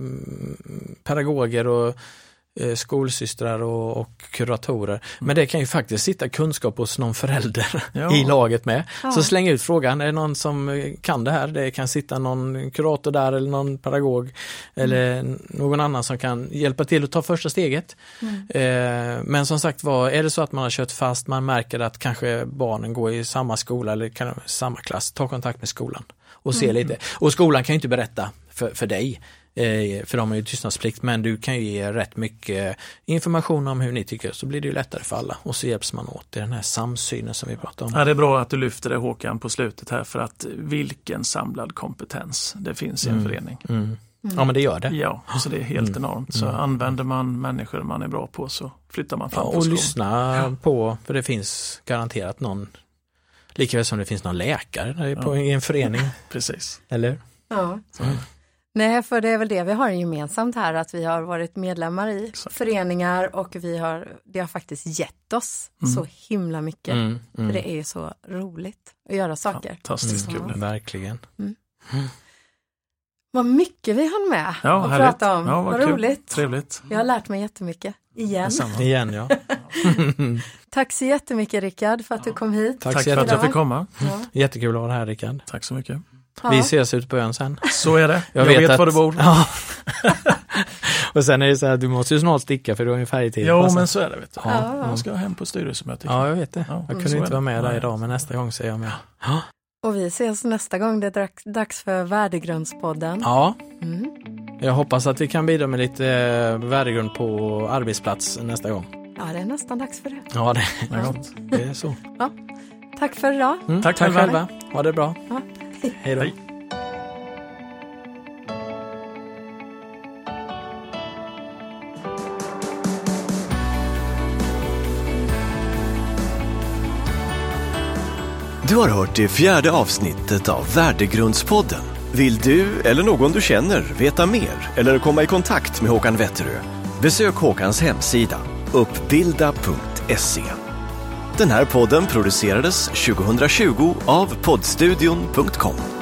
[SPEAKER 4] pedagoger och eh, skolsystrar och, och kuratorer. Mm. Men det kan ju faktiskt sitta kunskap hos någon förälder ja. i laget med. Ja. Så släng ut frågan, är det någon som kan det här? Det kan sitta någon kurator där eller någon pedagog mm. eller någon annan som kan hjälpa till att ta första steget. Mm. Eh, men som sagt, vad är det så att man har kört fast, man märker att kanske barnen går i samma skola eller kan, samma klass, ta kontakt med skolan och se mm. lite. Och skolan kan ju inte berätta för, för dig, för de har ju tystnadsplikt, men du kan ju ge rätt mycket information om hur ni tycker, så blir det ju lättare för alla och så hjälps man åt i den här samsynen som vi pratar om.
[SPEAKER 3] Ja, det är bra att du lyfter det, Håkan, på slutet här, för att vilken samlad kompetens det finns i en mm. förening.
[SPEAKER 4] Mm. Mm. Ja, men det gör det.
[SPEAKER 3] Ja, så det är helt mm. enormt. Så mm. använder man människor man är bra på så flyttar man fram.
[SPEAKER 4] Ja, och lyssna ja. på, för det finns garanterat någon, likaväl som det finns någon läkare på, ja. i en förening.
[SPEAKER 3] Precis.
[SPEAKER 4] Eller?
[SPEAKER 2] Ja. Mm. Nej, för det är väl det vi har gemensamt här, att vi har varit medlemmar i Exakt. föreningar och vi har, det har faktiskt gett oss mm. så himla mycket. Mm, mm. För det är ju så roligt att göra saker.
[SPEAKER 3] Fantastiskt
[SPEAKER 4] mm.
[SPEAKER 3] kul.
[SPEAKER 4] Ja. Verkligen. Mm.
[SPEAKER 2] Mm. Vad mycket vi hann med
[SPEAKER 3] ja,
[SPEAKER 2] att
[SPEAKER 3] härligt.
[SPEAKER 2] prata om.
[SPEAKER 3] Ja, vad
[SPEAKER 2] vad
[SPEAKER 3] kul.
[SPEAKER 2] roligt.
[SPEAKER 3] Trevligt.
[SPEAKER 2] Jag har lärt mig jättemycket. Igen.
[SPEAKER 4] Igen, ja.
[SPEAKER 2] Tack så jättemycket Rickard för att du kom hit.
[SPEAKER 3] Tack, Tack för att jag fick komma.
[SPEAKER 4] Ja. Jättekul att vara här Rickard.
[SPEAKER 3] Tack så mycket.
[SPEAKER 4] Ja. Vi ses ut på ön sen.
[SPEAKER 3] Så är det.
[SPEAKER 4] Jag,
[SPEAKER 3] jag
[SPEAKER 4] vet,
[SPEAKER 3] vet
[SPEAKER 4] att...
[SPEAKER 3] var du bor.
[SPEAKER 4] Ja. Och sen är det så här, du måste ju snart sticka för du har ju färgtid.
[SPEAKER 3] Jo, men så är det. Vet du.
[SPEAKER 2] Ja. Ja.
[SPEAKER 3] Jag ska hem på styrelsemöte.
[SPEAKER 4] Ja, jag vet det. Ja. Jag kunde inte vara med där
[SPEAKER 3] Nej.
[SPEAKER 4] idag, men nästa gång ser jag med. Ja.
[SPEAKER 2] Och vi ses nästa gång. Det är dags för Värdegrundspodden.
[SPEAKER 4] Ja.
[SPEAKER 2] Mm.
[SPEAKER 4] Jag hoppas att vi kan bidra med lite värdegrund på arbetsplats nästa gång.
[SPEAKER 2] Ja, det är nästan dags för det.
[SPEAKER 4] Ja, det,
[SPEAKER 3] Ja.
[SPEAKER 4] det är så.
[SPEAKER 2] Ja. Tack för idag.
[SPEAKER 4] Mm,
[SPEAKER 3] tack,
[SPEAKER 4] tack
[SPEAKER 3] själva.
[SPEAKER 4] själva. Ha det bra.
[SPEAKER 2] Ja.
[SPEAKER 4] Hej då.
[SPEAKER 3] Hej.
[SPEAKER 1] Du har hört det fjärde avsnittet av Värdegrundspodden. Vill du eller någon du känner veta mer eller komma i kontakt med Håkan Wetterö? Besök Håkans hemsida uppbilda punkt se. Den här podden producerades tjugohundratjugo av poddstudion punkt com.